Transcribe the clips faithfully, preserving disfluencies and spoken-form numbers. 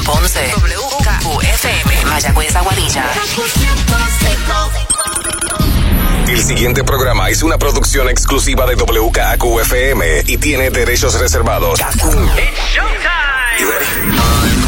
Ponce. W K Q F M. Mayagüez, Aguadilla. El siguiente programa es una producción exclusiva de W K Q F M y tiene derechos reservados. It's showtime. You ready?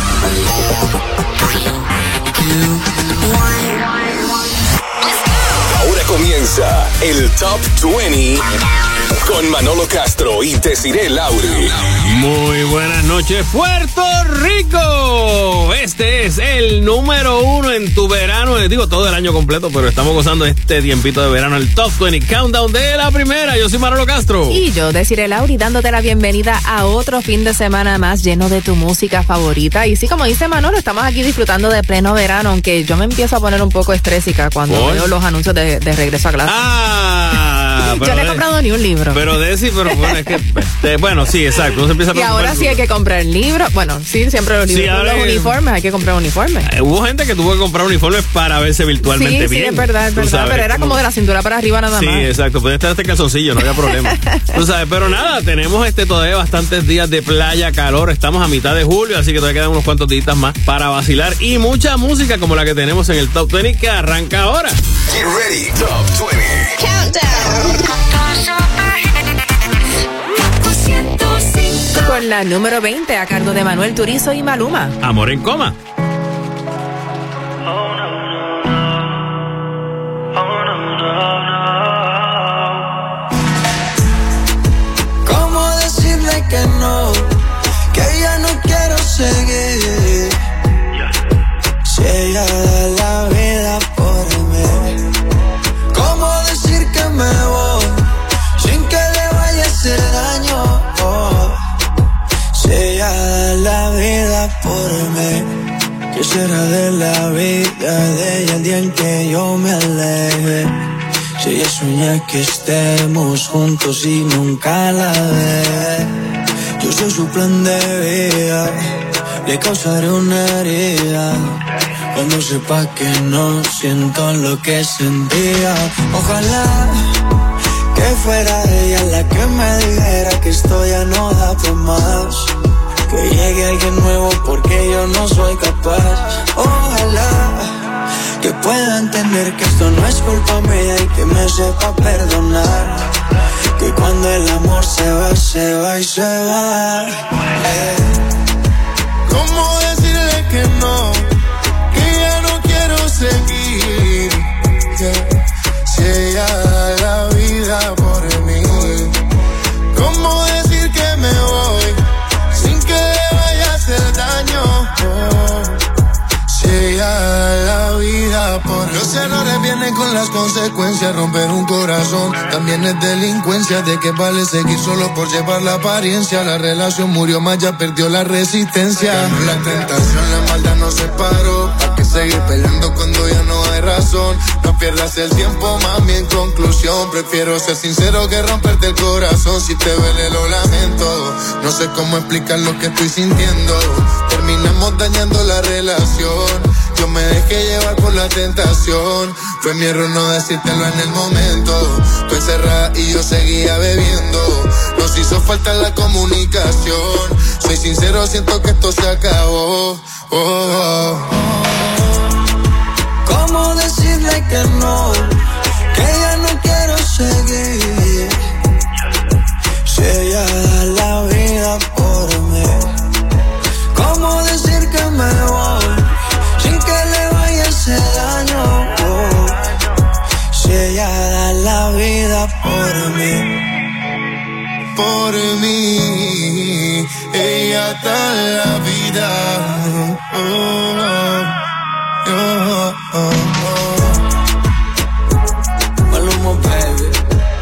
Ahora comienza el Top veinte con Manolo Castro y Desiree Lauri. Muy buenas noches, Puerto Rico. Este es el número uno en tu verano, les digo todo el año completo, pero estamos gozando este tiempito de verano, el Top veinte Countdown de la primera. Yo soy Manolo Castro. Y yo, Desiree Lauri, dándote la bienvenida a otro fin de semana más lleno de tu música favorita. Y sí, como dice Manolo, estamos aquí disfrutando de pleno verano, aunque yo me empiezo a poner un poco estrésica cuando ¿Por? veo los anuncios de, de regreso a clase. Ah, yo no he comprado ni un libro. Pero Desi, pero bueno, es que, este, bueno, sí, exacto. Se empieza a y ahora sí hay que comprar libros. Bueno, sí, siempre los libros. Sí, los hay, uniformes, hay que comprar uniformes. Eh, hubo gente que tuvo que comprar uniformes para verse virtualmente sí, bien. Sí, es verdad, es verdad. Pero era como, como de la cintura para arriba nada sí, más. Sí, exacto. Puede estar este calzoncillo, no había problema. Tú sabes, pero nada, tenemos este todavía bastantes días de playa, calor. Estamos a mitad de julio, así que todavía quedan unos cuantos días más para vacilar. Y mucha música como la que tenemos en el Top veinte que arranca ahora. Get ready, Top veinte. Countdown. Con la número veinte a cargo de Manuel Turizo y Maluma. Amor en coma. ¿Cómo decirle que no? Que ya no quiero seguir. Si ella da la vida por mí. ¿Cómo decir que me voy sin que le vaya a hacer daño? Oh. Si ella da la vida por mí, ¿qué será de la vida de ella el día en que yo me aleje? Si ella sueña que estemos juntos y nunca la ve, yo soy su plan de vida, le causaré una herida cuando sepa que no siento lo que sentía. Ojalá que fuera ella la que me dijera que esto ya no da por más, que llegue alguien nuevo porque yo no soy capaz. Ojalá que pueda entender que esto no es culpa mía y que me sepa perdonar, que cuando el amor se va, se va y se va. eh. ¿Cómo decirle que no? Que ya no quiero seguir. Yeah. Si ella da la vida por mí, ¿cómo decir que me voy sin que le vaya a hacer daño? Oh. Si ella da la vida por mí. Los errores vienen con las consecuencias. Romper un corazón también es delincuencia. ¿De qué vale seguir solo por llevar la apariencia? La relación murió más, ya perdió la resistencia. La tentación, la maldad nos separó. ¿Para qué seguir peleando cuando ya no hay razón? No pierdas el tiempo, mami, en conclusión prefiero ser sincero que romperte el corazón. Si te duele lo lamento, no sé cómo explicar lo que estoy sintiendo. Terminamos dañando la relación, yo me dejé llevar por la tentación. Fue mi error no decírtelo en el momento. Tú encerrada y yo seguía bebiendo. Nos hizo falta la comunicación. Soy sincero, siento que esto se acabó. Oh, oh, oh. ¿Cómo decirle que no? Que ya no quiero seguir. Si ella da la vida por mí, ¿cómo decir que me voy sin que le vaya a hacer daño? Oh. Si ella da la vida por mí, por mí, ella da la vida. Oh, oh, oh, oh. Maluma, baby.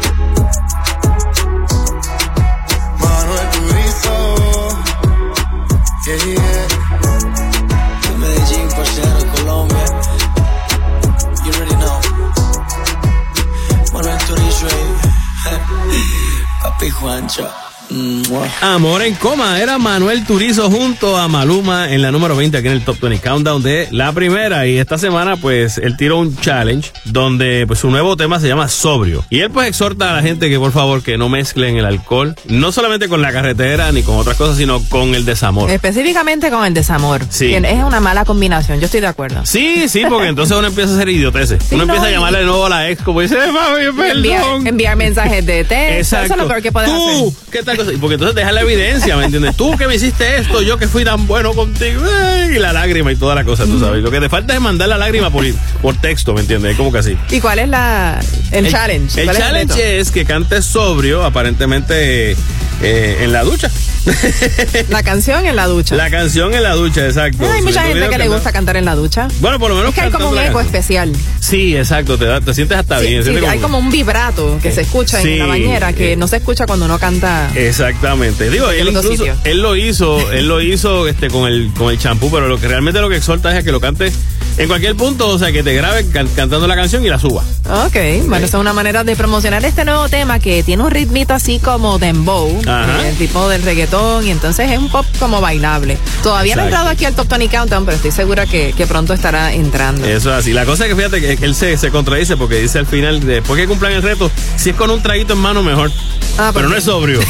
Manuel Turizo. Yeah, yeah. De Medellín, parcero, Colombia. You already know. Manuel Turizo y Papi Juancho. Mm. Amor en coma, era Manuel Turizo junto a Maluma en la número veinte aquí en el Top veinte Countdown de la primera. Y esta semana pues él tiró un challenge donde pues su nuevo tema se llama Sobrio. Y él pues exhorta a la gente que por favor que no mezclen el alcohol, no solamente con la carretera ni con otras cosas, sino con el desamor. Específicamente con el desamor. Sí. Es una mala combinación, yo estoy de acuerdo. Sí, sí, porque entonces uno empieza a hacer idioteces. Sí, uno no, empieza a y... llamarle de nuevo a la ex como dice, mami, perdón. Enviar, enviar mensajes de texto. Exacto. Eso es lo peor que puedes Tú, hacer. ¿qué tal cosa? Porque entonces deja la evidencia, ¿me entiendes? Tú que me hiciste esto, yo que fui tan bueno contigo, y la lágrima y toda la cosa, tú sabes. Lo que te falta es mandar la lágrima por, por texto, ¿me entiendes? Es como que así. ¿Y cuál es la el, el challenge? El challenge es, es que cantes sobrio, aparentemente eh, en la ducha. La canción en la ducha. La canción en la ducha, exacto. Hay mucha gente que cantando. le gusta cantar en la ducha. Bueno, por lo menos es que hay como un eco especial. Sí, exacto, te, da, te sientes hasta sí, bien. Sí, hay como... como un vibrato que se escucha sí, en la bañera que eh, no se escucha cuando uno canta. Exactamente. Digo, él incluso, sitio. él lo hizo, él lo hizo este con el con el champú, pero lo que realmente lo que exhorta es a que lo cantes en cualquier punto, o sea, que te grabe can, cantando la canción y la suba. Ok, okay. Bueno, esa es una manera de promocionar este nuevo tema que tiene un ritmito así como dembow, el tipo del reggaetón, y entonces es un pop como bailable. Todavía Exacto. no ha entrado aquí al Top veinte Countdown, pero estoy segura que, que pronto estará entrando. Eso es así. La cosa es que fíjate que él se, se contradice porque dice al final, después que cumplan el reto, si es con un traguito en mano mejor, ah, pero no es sobrio.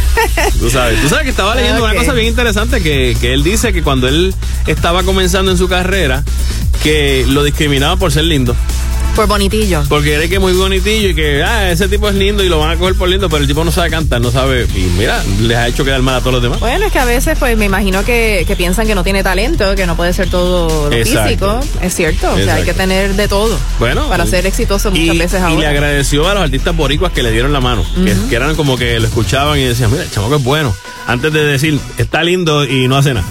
Tú sabes, tú sabes que estaba leyendo okay. una cosa bien interesante que, que él dice que cuando él estaba comenzando en su carrera, que lo discriminaban por ser lindo. Por bonitillo. Porque era que muy bonitillo y que, ah, ese tipo es lindo y lo van a coger por lindo, pero el tipo no sabe cantar, no sabe, y mira, les ha hecho quedar mal a todos los demás. Bueno, es que a veces, pues, me imagino que, que piensan que no tiene talento, que no puede ser todo lo Exacto. físico. Es cierto, Exacto. o sea, hay que tener de todo. Bueno. Para ser exitoso muchas y, veces ahora. Y le agradeció a los artistas boricuas que le dieron la mano, uh-huh. que, que eran como que lo escuchaban y decían, mira, el chamaco es bueno. Antes de decir, está lindo y no hace nada.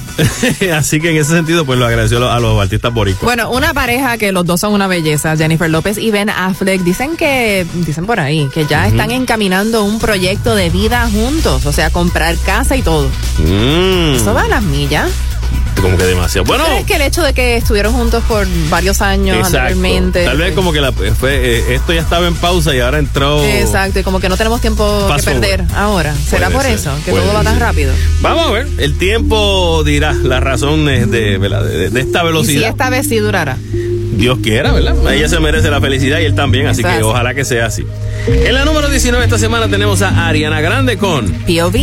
Así que en ese sentido, pues lo agradeció a los, a los artistas boricuas. Bueno, una pareja que los dos son una belleza, Jennifer López y Ben Affleck, dicen que, dicen por ahí, que ya uh-huh. están encaminando un proyecto de vida juntos, o sea, comprar casa y todo. Mm. Eso va a las millas. Como que demasiado. Bueno, es que el hecho de que estuvieron juntos por varios años exacto. anteriormente. Tal vez como que la, fue, eh, esto ya estaba en pausa y ahora entró. Exacto, y como que no tenemos tiempo que perder ahora. ¿Será por ser, eso? Que todo va tan rápido. Vamos a ver, el tiempo dirá las razones de, ¿verdad? de, de esta velocidad. Y si esta vez sí durará. Dios quiera, ¿verdad? Ella se merece la felicidad y él también, así Exacto. que ojalá que sea así. En la número diecinueve esta semana tenemos a Ariana Grande con P O V.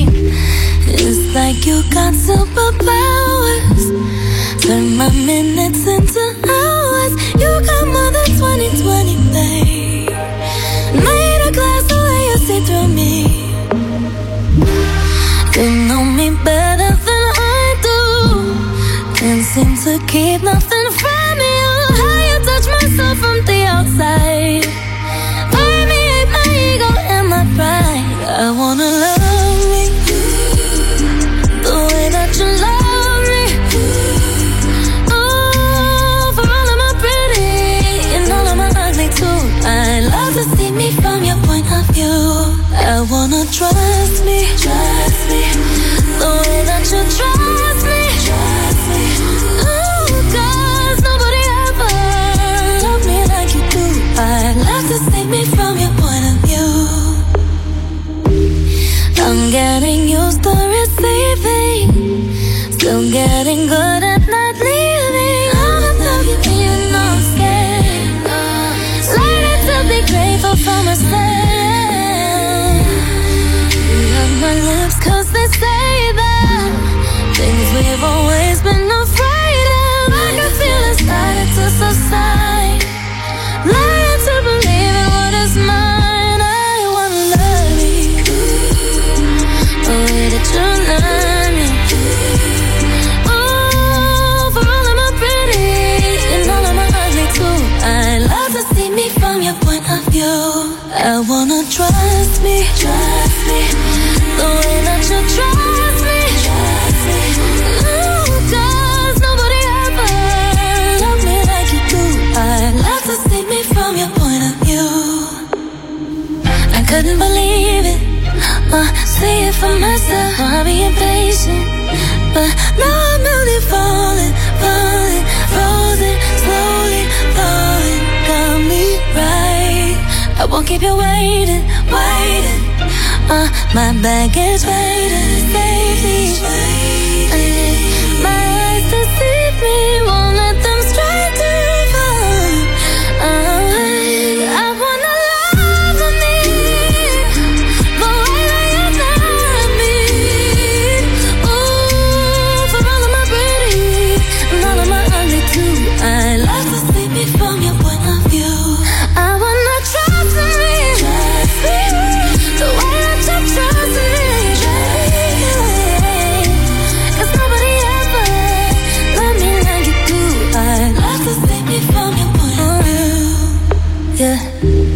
It's like you got superpowers. Turn my minutes into hours. You got more than twenty twenty, babe. Made a glass the way you see through me. You know me better than I do. Can't seem to keep nothing from you. How you touch myself from the outside. Permeate my ego and my pride. I wanna love me the way that you love me. Oh, for all of my pretty and all of my ugly too. I love to see me from your point of view. I wanna trust me, trust me, the way that you trust me, trust me. Oh, 'cause nobody ever loved me like you do. I love to see me from your point of view. I'm getting used to receiving, still getting good at not leaving. I'm a thug and you're not scared. Learning to be grateful for myself. Love my lips 'cause they say that things we've always been afraid of. I can feel it starting to subside. Learning to believe in what is mine. I wanna love you the way that you love me. Oh, for all of my pretty and all of my ugly too. I love to see me from your point of view. I wanna trust me, trust me, the way that you trust me, trust me. Oh, 'cause nobody ever loved me like you do. I love to see me from your point of view. I couldn't believe it, uh, see it for myself. I'll be impatient, but now I'm really falling, falling, frozen, slowly falling. Got me right. I won't keep you waiting, waiting. Uh, my bag is waiting, baby. Uh, my eyes deceive me, won't let them stray too far away. I wanna love on me, the way that you love me. Ooh, for all of my pretty and all of my ugly too. I love to see me from your point of view. I wanna trust me, trust me, the way that you trust me. Cause nobody ever let me like you do. I love to see me from your point of view. Yeah.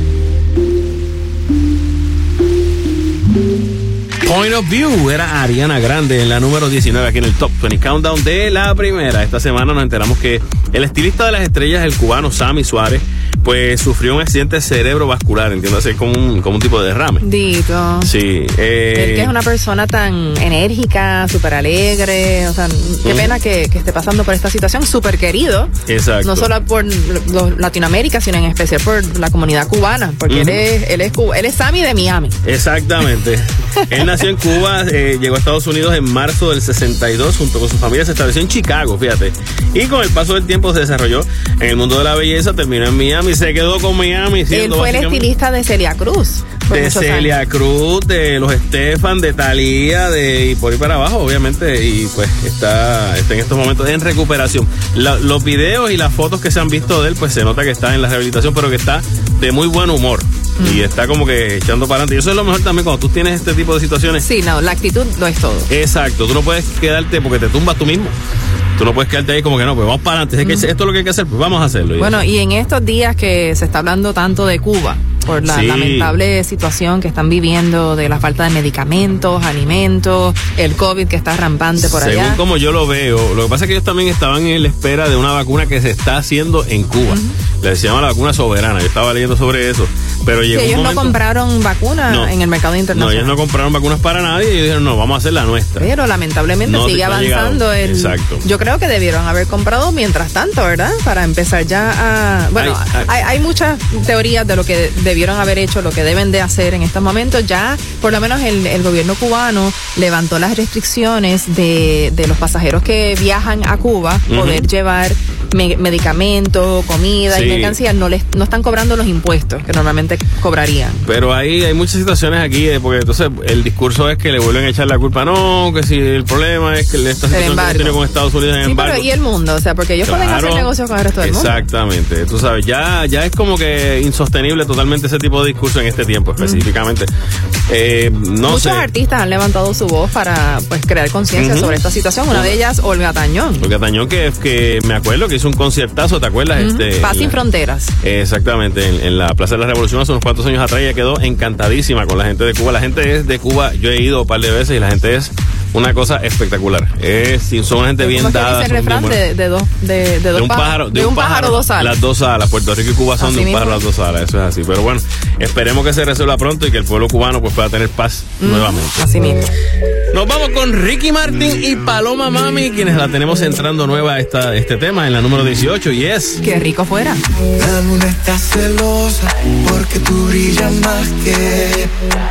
Point of View era Ariana Grande en la número diecinueve aquí en el Top veinte Countdown de la primera. Esta semana nos enteramos que el estilista de las estrellas, el cubano Sammy Suárez, pues sufrió un accidente cerebrovascular, entiéndase, como un, como un tipo de derrame. Dito. Sí. Eh, Él que es una persona tan enérgica, súper alegre, o sea, qué uh-huh. pena que, que esté pasando por esta situación, súper querido. Exacto. No solo por los Latinoamérica, sino en especial por la comunidad cubana, porque uh-huh. él es, él es Cuba, él es Sammy de Miami. Exactamente. Él nació en Cuba, eh, llegó a Estados Unidos en marzo del sesenta y dos, junto con su familia se estableció en Chicago, fíjate. Y con el paso del tiempo se desarrolló en el mundo de la belleza, terminó en Miami, se quedó con Miami. Él fue el estilista de Celia Cruz. De Celia años. Cruz, de los Estefan, de Thalía, de y por ahí para abajo, obviamente, y pues está, está en estos momentos en recuperación. La, los videos y las fotos que se han visto de él, pues se nota que está en la rehabilitación, pero que está de muy buen humor. Mm. Y está como que echando para adelante. Y eso es lo mejor también cuando tú tienes este tipo de situaciones. Sí, no, la actitud lo es todo. Exacto, tú no puedes quedarte porque te tumbas tú mismo. Tú no puedes quedarte ahí como que no, pues vamos para adelante. Es que mm. esto es lo que hay que hacer, pues vamos a hacerlo. Bueno, y en estos días que se está hablando tanto de Cuba, por la sí. lamentable situación que están viviendo de la falta de medicamentos, alimentos, el COVID que está rampante por Según allá. Según como yo lo veo, lo que pasa es que ellos también estaban en la espera de una vacuna que se está haciendo en Cuba. Uh-huh. Le llama la vacuna soberana, yo estaba leyendo sobre eso. Pero llegó que ellos un momento, no compraron vacunas no, en el mercado internacional. No, ellos no compraron vacunas para nadie y ellos dijeron, no, vamos a hacer la nuestra. Pero lamentablemente no, sigue avanzando. El, Exacto. Yo creo que debieron haber comprado mientras tanto, ¿verdad? Para empezar ya a... Bueno, hay, hay, hay muchas teorías de lo que debieron haber hecho, lo que deben de hacer en estos momentos. Ya, por lo menos el, el gobierno cubano levantó las restricciones de, de los pasajeros que viajan a Cuba, uh-huh. poder llevar me, medicamentos, comida sí. y mercancías. No les no están cobrando los impuestos que normalmente cobrarían. Pero ahí hay muchas situaciones aquí, eh, porque entonces el discurso es que le vuelven a echar la culpa. No, que si el problema es que esta situación que tiene con Estados Unidos en sí, embargo. Pero y el mundo, o sea, porque ellos claro, pueden hacer negocios con el resto del mundo. Exactamente. Tú sabes, ya, ya es como que insostenible totalmente ese tipo de discurso en este tiempo específicamente. Mm. Eh, no Muchos sé. artistas han levantado su voz para pues crear conciencia uh-huh. sobre esta situación. Una uh-huh. de ellas, Olga Tañón. Olga Tañón, que, que me acuerdo que hizo un conciertazo, ¿te acuerdas? Uh-huh. Este, Paz sin la, fronteras. Exactamente, en, en la Plaza de la Revolución hace unos cuantos años atrás. Ella quedó encantadísima con la gente de Cuba. La gente es de Cuba, yo he ido un par de veces y la gente es una cosa espectacular. Es, son una gente bien dada. Dice el refrán de, de dos de, de, dos de un pájaro, de, de un pájaro, pájaro dos alas. Las dos alas. Puerto Rico y Cuba son así de un mismo. Pájaro las dos alas. Eso es así. Pero bueno, esperemos que se resuelva pronto y que el pueblo cubano pues pueda tener paz mm, nuevamente. Así mismo. Nos vamos con Ricky Martin y Paloma Mami, quienes la tenemos entrando nueva esta, este tema en la número dieciocho y es... Qué rico fuera. La luna está celosa porque tú brillas más que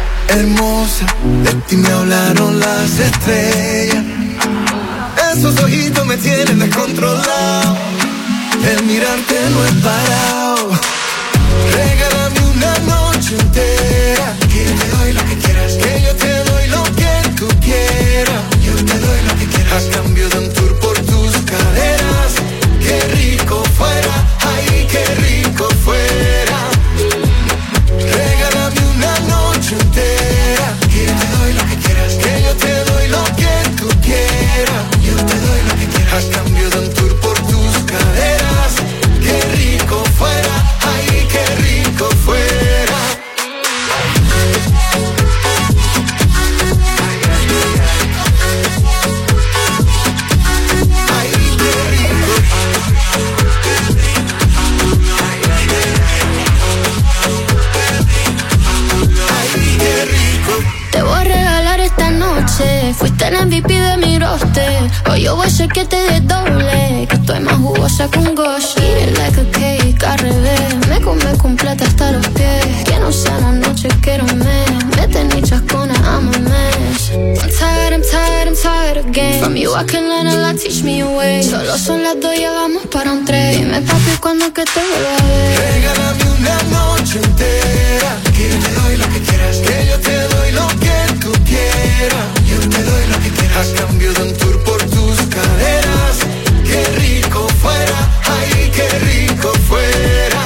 hermosa. De ti me hablaron las estrellas. Esos ojitos me tienen descontrolado. El mirarte no es parado. Regálame una noche entera. Que yo te doy lo que quieras. Que yo te doy lo que tú quieras. Yo te doy lo que quieras. A cambio de un tour por tus caderas. Qué rico fuera. Ay, qué rico fuera. Regálame una noche entera. Que yo te doy lo que quieras. Que yo te doy lo que tú quieras. Yo te doy lo que quieras. A cambio de un tour por tus caderas. Qué rico fuera. Ay, qué rico fuera. Fuiste el M V P de mi roster. Hoy yo voy a ser que te dé doble. Que estoy más jugosa que un gosh. Eat it like a cake, al revés. Me come completa hasta los pies. Que no sea la noche, quiero un mes. Mete ni chascona game. From you I can learn a lot, teach me your way. Solo son las dos, ya vamos para un tres. Dime papi, ¿cuándo es que te vuelvo a ver? Regálame una noche entera, que yo te doy lo que quieras, que yo te doy lo que tú quieras. Yo te doy lo que quieras, a cambio de un tour por tus caderas. Qué rico fuera, ay, qué rico fuera.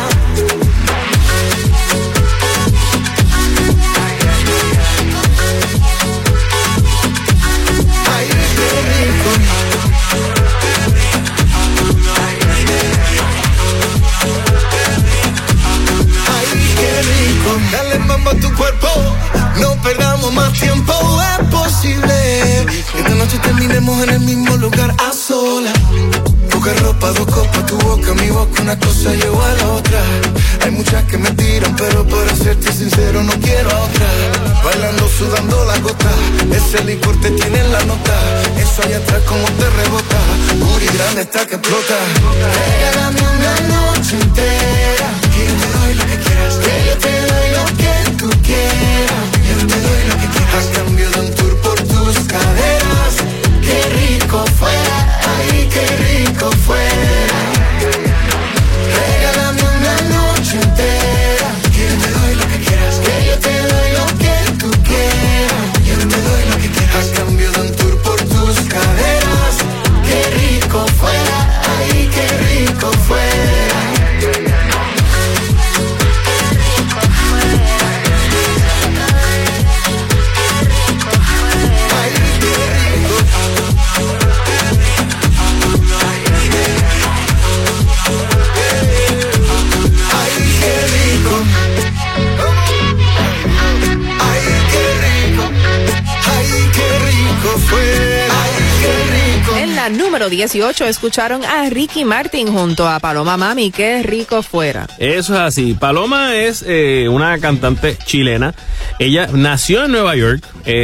Ay, qué rico. Ay, qué rico. Dale mambo a tu cuerpo, no perdamos más tiempo, es posible que esta noche terminemos en el mismo lugar a solas. Poca ropa, dos copas, tu boca, mi boca, una cosa llevó a la otra. Hay muchas que me tiran, pero para serte sincero no quiero a otra. Bailando, sudando la gota, ese licor te tiene en la nota. Eso allá atrás como te rebota, Uri grande está que explota. Regálame una noche entera, que yo te doy lo que quieras, que yo te doy lo que tú quieras. Yo te doy lo que quieras, a cambio de un tour por tus caderas. Qué rico fuera, ay, qué rico fuera. Regálame una noche entera, que yo te doy lo que quieras, que yo te doy lo que tú quieras. Yo te doy lo que quieras, a cambio de un tour por tus caderas. Qué rico fuera, ay, qué rico fuera. En la número dieciocho escucharon a Ricky Martin junto a Paloma Mami, qué rico fuera. Eso es así. Paloma es eh, una cantante chilena. Ella nació en Nueva York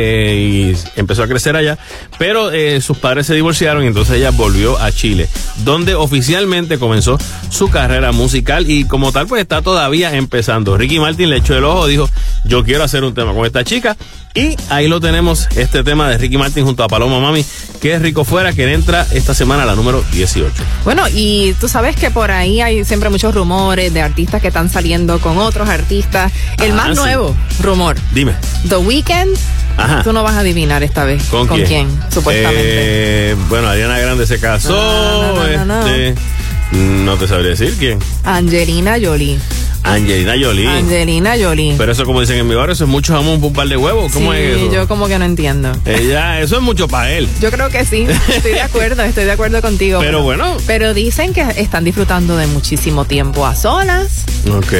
eh, y empezó a crecer allá, pero eh, sus padres se divorciaron y entonces ella volvió a Chile, donde oficialmente comenzó su carrera musical y como tal pues está todavía empezando. Ricky Martin le echó el ojo, dijo, yo quiero hacer un tema con esta chica. Y ahí lo tenemos, este tema de Ricky Martin junto a Paloma Mami, qué rico fuera, que entra esta semana a la número dieciocho. Bueno, y tú sabes que por ahí hay siempre muchos rumores de artistas que están saliendo con otros artistas. El ah, más sí. nuevo rumor. Dime. The Weeknd. Ajá. Tú no vas a adivinar esta vez. ¿Con, ¿Con quién? quién? Supuestamente. Eh, bueno, Ariana Grande se casó. No, no, no, no, este, no. no te sabría decir quién. Angelina Jolie. Angelina Jolie. Angelina Jolie. Pero eso, como dicen en mi barrio, eso es mucho jamón por un par de huevos. ¿Cómo sí, es eso? Yo como que no entiendo. Ella, eso es mucho para él. Yo creo que sí. Estoy de acuerdo, estoy de acuerdo contigo. Pero, pero bueno. Pero dicen que están disfrutando de muchísimo tiempo a solas. Ok.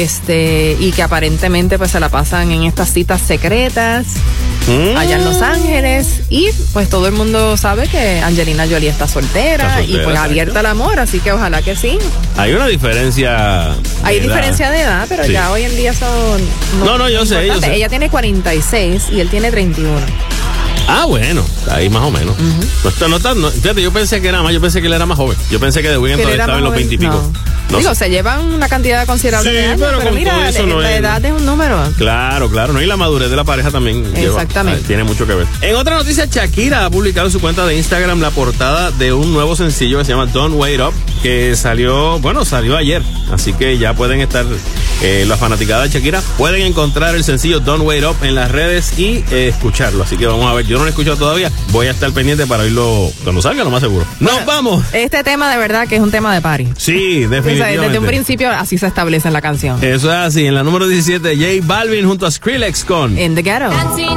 Este, y que aparentemente pues se la pasan en estas citas secretas. Mm. Allá en Los Ángeles. Y pues todo el mundo sabe que Angelina Jolie está soltera, está soltera y pues abierta al amor, así que ojalá que sí. Hay una diferencia. Hay diferencia de edad, pero sí. Ya hoy en día son. No, no, no yo, sé, yo sé. Ella tiene cuarenta y seis y él tiene treinta y uno. Ah, bueno, ahí más o menos. Uh-huh. No está, no está, no, fíjate, yo pensé que era más, yo pensé que él era más joven. Yo pensé que The Weeknd todavía estaba en los veinte y pico. No. No Digo, sé. se llevan una cantidad considerable sí, de años, pero, pero mira, eso de, no la es, edad es un número. Claro, claro, no, y la madurez de la pareja también exactamente lleva, tiene mucho que ver. En otra noticia, Shakira ha publicado en su cuenta de Instagram la portada de un nuevo sencillo que se llama Don't Wait Up, que salió, bueno, salió ayer, así que ya pueden estar, eh, las fanaticadas de Shakira pueden encontrar el sencillo Don't Wait Up en las redes y eh, escucharlo, así que vamos a ver, yo no lo he escuchado todavía, voy a estar pendiente para oírlo cuando salga, lo más seguro. ¡Nos bueno, vamos! Este tema de verdad que es un tema de party. Sí, definitivamente. O sea, desde un principio así se establece en la canción. Eso es así. En la número diecisiete, J Balvin junto a Skrillex con In the Ghetto.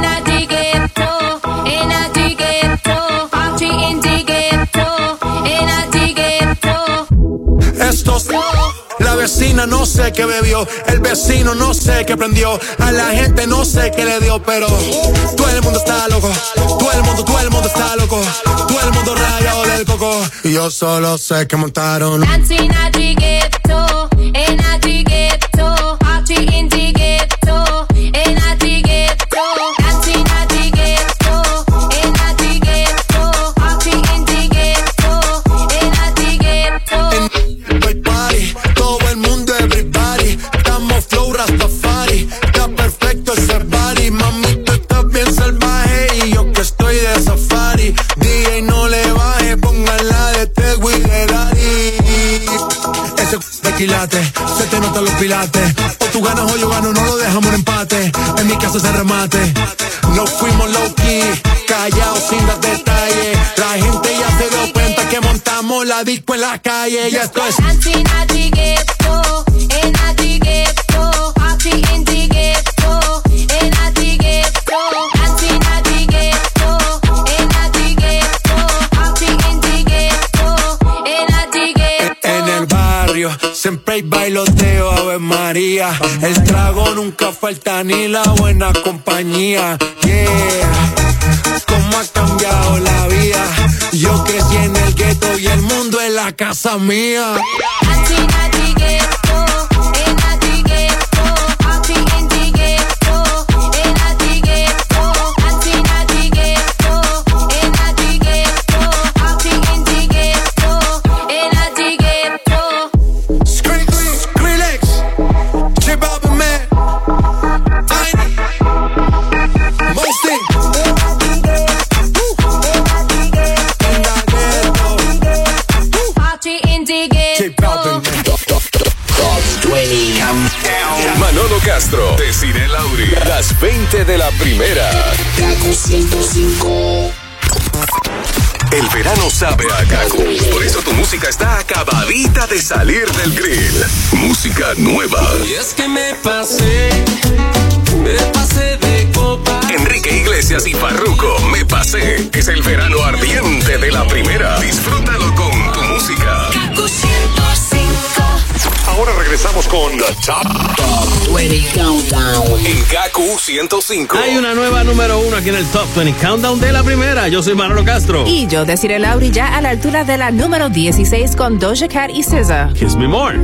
Estos la vecina no sé qué bebió, el vecino no sé qué prendió, a la gente no sé qué le dio, pero todo el mundo está loco, todo el mundo, todo el mundo está loco, todo el mundo rayado del coco, y yo solo sé que montaron. Dancing at the ghetto, in at the ghetto, party in the ghetto, in at the ghetto, dancing at the ghetto, in at the ghetto, party in the ghetto, in at the ghetto. En party, todo el mundo, everybody, estamos flow Rastafari, está perfecto ese body, mami tú estás bien salvaje y yo que estoy de safari, D quilates, se te notan los pilates. O tú ganas o yo gano, no lo dejamos en empate. En mi casa se remate. Nos fuimos low key, callados sin dar detalles. La gente ya se dio cuenta que montamos la disco en la calle. Y esto es siempre hay bailoteo, Ave María. El trago nunca falta ni la buena compañía. Yeah, cómo ha cambiado la vida. Yo crecí en el gueto y el mundo es la casa mía. Manolo Castro, Desiree Lauri, las veinte de la primera. Kaku ciento cinco. El verano sabe a Kaku. Por eso tu música está acabadita de salir del grill. Música nueva. Y es que me pasé, me pasé de copa. Enrique Iglesias y Farruko, Me Pasé. Es el verano ardiente de la primera. Disfrútalo con tu música. Kaku ciento cinco. Ahora regresamos con The Top, Top veinte Countdown en Kaku ciento cinco. Hay una nueva número uno aquí en el Top veinte Countdown de la primera. Yo soy Manolo Castro. Y yo, Desiree Lauri, ya a la altura de la número dieciséis con Doja Cat y S Z A. Kiss Me More.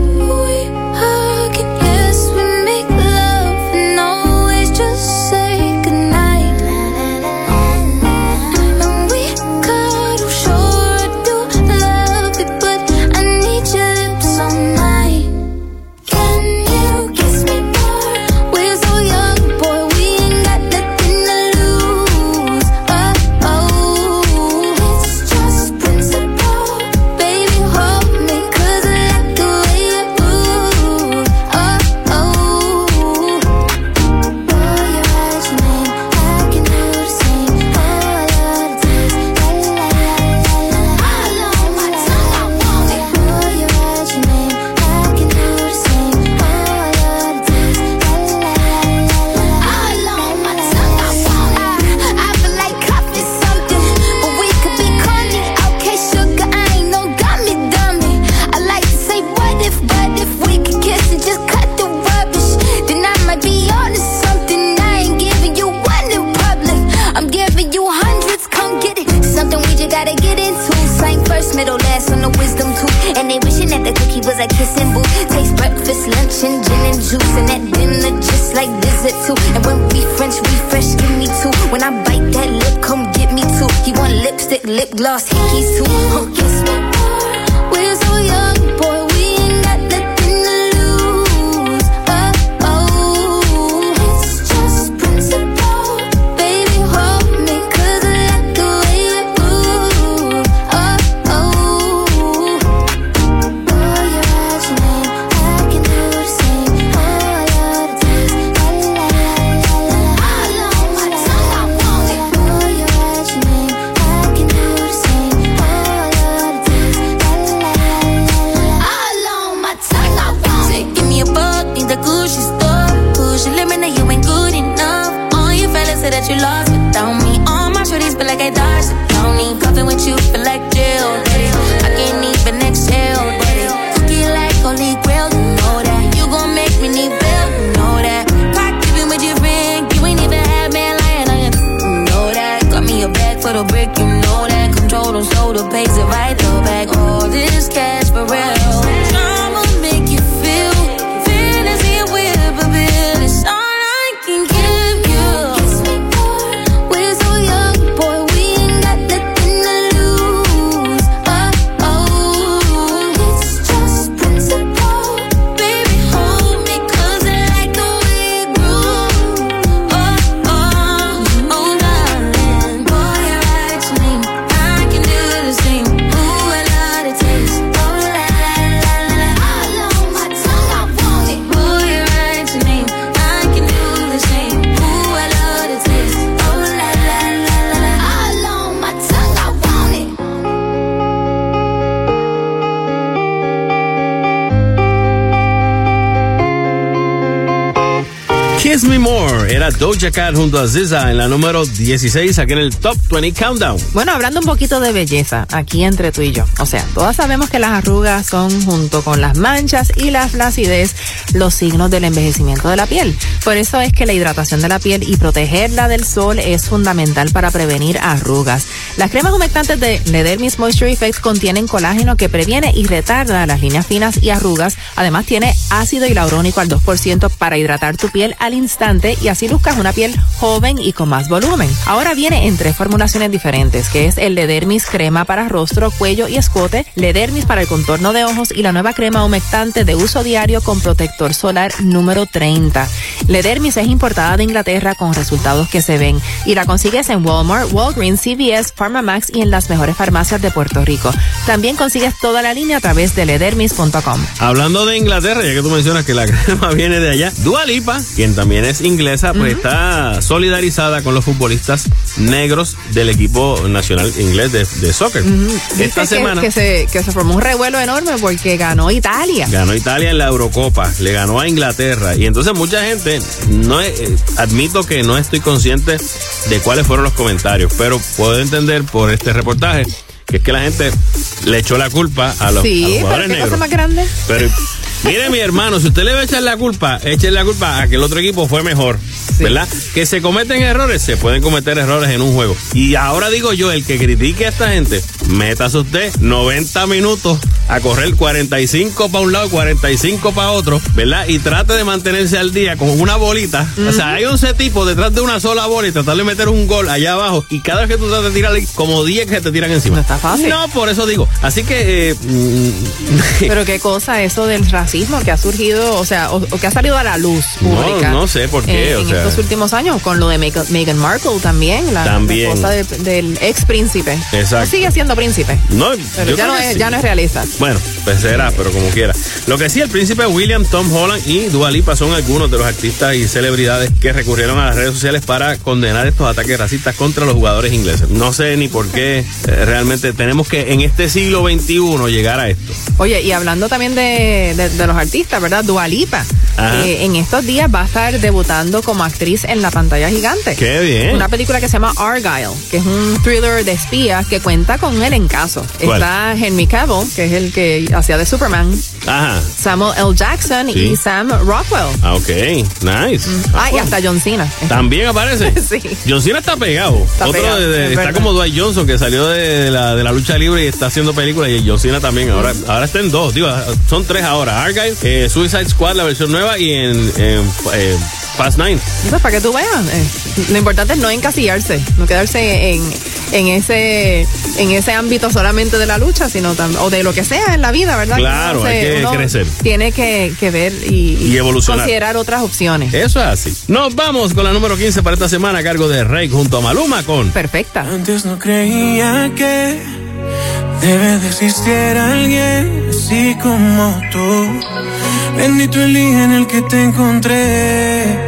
Lip gloss, hickeys too. Oh, kiss me more. We're so young, boy. We ain't got nothing to lose. Oh, oh. It's just principle. Baby, hold me, 'cause I like the way we move. Oh, oh. Boy, you write your name, I can do the same. All of the taste, la la la la la. All on my tongue, I want it. Boy, you write your name, I can do. That you lost without me. All my shorties feel like I dodged the county. Coughing with you feel like jail, daddy. I can't even exhale, daddy. Cookie like holy grail, you know that. You gon' make me need bail, you know that. Cock keeping with your friend, you ain't even had man lying on you, you know that. Got me a bag for the brick, you know that. Control them so the pays it right, throw back all this cash for real. I'ma make you feel fantasy and whip a bill. It's all I can give you. Kiss Me More era Doja Cat junto a S Z A en la número dieciséis aquí en el Top veinte Countdown. Bueno, hablando un poquito de belleza, aquí entre tú y yo. O sea, todas sabemos que las arrugas son, junto con las manchas y la flacidez, los signos del envejecimiento de la piel. Por eso es que la hidratación de la piel y protegerla del sol es fundamental para prevenir arrugas. Las cremas humectantes de Ledermis Moisture Effects contienen colágeno que previene y retarda las líneas finas y arrugas. Además, tiene ácido hialurónico al dos por ciento para hidratar tu piel al instante y así luzcas una piel joven y con más volumen. Ahora viene en tres formulaciones diferentes, que es el Ledermis crema para rostro, cuello y escote, Ledermis para el contorno de ojos y la nueva crema humectante de uso diario con protector solar número treinta. Ledermis es importada de Inglaterra con resultados que se ven y la consigues en Walmart, Walgreens, C V S, PharmaMax y en las mejores farmacias de Puerto Rico. También consigues toda la línea a través de ledermis punto com. Hablando de Inglaterra, ya que tú mencionas que la crema viene de allá, Dua Lipa, quien también es inglesa, pues uh-huh. está solidarizada con los futbolistas negros del equipo nacional inglés de, de soccer. Uh-huh. Esta Dice semana que, que, se, que se formó un revuelo enorme porque ganó Italia. Ganó Italia en la Eurocopa, le ganó a Inglaterra y entonces mucha gente, no es, eh, admito que no estoy consciente de cuáles fueron los comentarios, pero puedo entender por este reportaje que es que la gente le echó la culpa a los, sí, a los jugadores ¿qué negros. cosa más grande? Pero mire, mi hermano, si usted le va a echar la culpa, eche la culpa a que el otro equipo fue mejor, sí. ¿verdad? Que se cometen errores, se pueden cometer errores en un juego. Y ahora digo yo, el que critique a esta gente, métase usted noventa minutos a correr cuarenta y cinco para un lado y cuarenta y cinco para otro, ¿verdad? Y trate de mantenerse al día con una bolita. Uh-huh. O sea, hay once tipos detrás de una sola bola y tratar de meter un gol allá abajo. Y cada vez que tú tratas de tirarle, como diez que se te tiran encima. No está fácil. No, por eso digo. Así que... Eh, Pero qué cosa eso del racismo que ha surgido, o sea, o, o que ha salido a la luz pública. No, no sé por qué. Eh, o en sea, estos últimos años, con lo de Meghan, Meghan Markle también, la, también. la esposa de, del ex príncipe. Exacto. No sigue siendo príncipe. No, pero yo ya no, creo que es, sí. ya no es realista. Bueno, pues será, pero como quiera. Lo que sí, el príncipe William, Tom Holland y Dua Lipa son algunos de los artistas y celebridades que recurrieron a las redes sociales para condenar estos ataques racistas contra los jugadores ingleses. No sé ni por qué eh, realmente tenemos que en este siglo veintiuno llegar a esto. Oye, y hablando también de, de, de los artistas, ¿verdad? Dua Lipa, eh, en estos días va a estar debutando como actriz en la pantalla gigante. ¡Qué bien! Una película que se llama Argyle, que es un thriller de espías que cuenta con un elencazo. ¿Cuál? Está Henry Cavill, que es el que hacía de Superman. Ajá. Samuel L. Jackson sí. y Sam Rockwell. Ah, ok. Nice. Mm. Ah, ah, y hasta John Cena. ¿También aparece? Sí. John Cena está pegado. Está Otro pegado, de, de, está como Dwight Johnson, que salió de la, de la lucha libre y está haciendo películas, y John Cena también. Ahora, mm. ahora está en dos, digo, son tres ahora. Argyle, eh, Suicide Squad, la versión nueva, y en, en eh, Fast Nine. Pues para que tú veas, eh, lo importante es no encasillarse, no quedarse en, en ese en ese ámbito solamente de la lucha, sino tam, o de lo que sea en la vida, ¿verdad? Claro, Entonces, hay que uno crecer. Tiene que, que ver y, y evolucionar. Considerar otras opciones. Eso es así. Nos vamos con la número quince para esta semana a cargo de Rey junto a Maluma con Perfecta. Antes no creía que debe de existir alguien así como tú. Bendito el día en el que te encontré.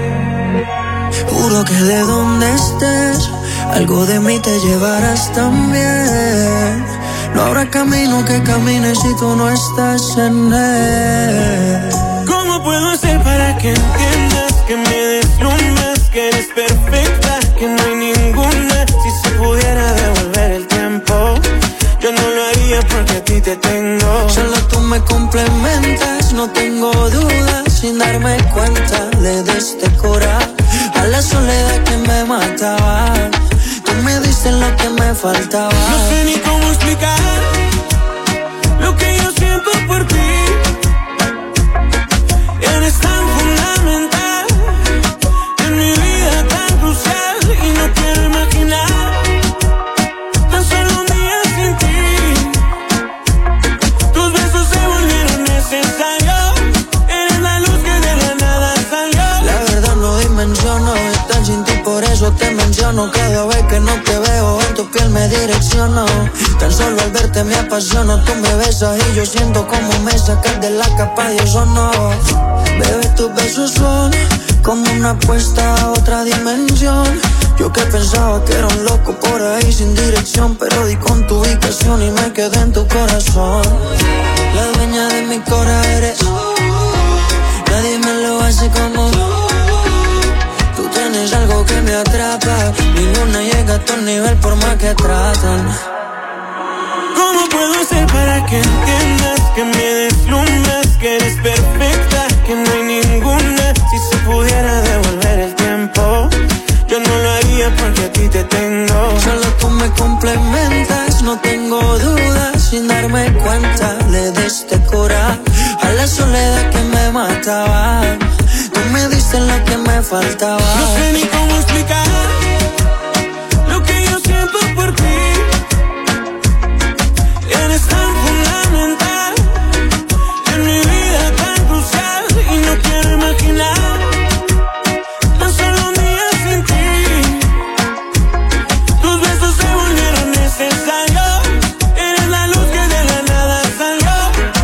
Juro que de donde estés, algo de mí te llevarás también. No habrá camino que camines si tú no estás en él. ¿Cómo puedo hacer para que entiendas que me deslumbras, que eres perfecta, que no hay ninguna? Si se pudiera devolver el tiempo, yo no lo haría porque a ti te tengo. Solo tú me complementas, no tengo dudas. Sin darme cuenta le diste cura a la soledad que me mataba. Tú me diste lo que me faltaba. No sé ni cómo explicar lo que yo siento por ti. Eres tan fundamental en mi vida, tan crucial, y no quiero imaginar tan solo un día sin ti. Tus besos se volvieron necesarios. Eres la luz que de la nada salió. La verdad no dimensiono estar sin ti, por eso te menciono. Cada vez que no te veo en tu piel me direcciono. Tan solo al verte me apasiono. Tú me besas y yo siento como me sacas de la capa y eso no. Bebé, tus besos son como una apuesta a otra dimensión. Yo que pensaba que era un loco por ahí sin dirección, pero di con tu ubicación y me quedé en tu corazón. La dueña de mi corazón eres. Nadie me lo hace como tú. algo que me atrapa. Ninguna llega a tu nivel por más que tratan. ¿Cómo puedo hacer para que entiendas que me deslumbras, que eres perfecta, que no hay ninguna? Si se pudiera devolver el tiempo, yo no lo haría porque a ti te tengo. Solo tú me complementas, no tengo dudas. Sin darme cuenta, le diste cura a la soledad que me mataba. Tú me diste lo que me faltaba. No sé ni cómo explicar lo que yo siento por ti. Eres tan fundamental en mi vida, tan crucial, y no quiero imaginar tan solo un día sin ti. Tus besos se volvieron necesarios. Eres la luz que de la nada salió.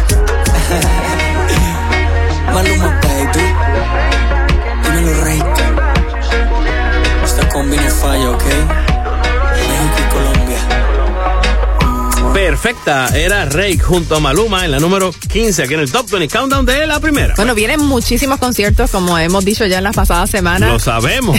Maluma, baby. Dímelo, rey. Esta combi no falla, ¿ok? México y Colombia. Perfecta, era Rake junto a Maluma en la número quince aquí en el Top veinte Countdown de la primera. Bueno, vienen muchísimos conciertos, como hemos dicho ya en las pasadas semanas. Lo sabemos.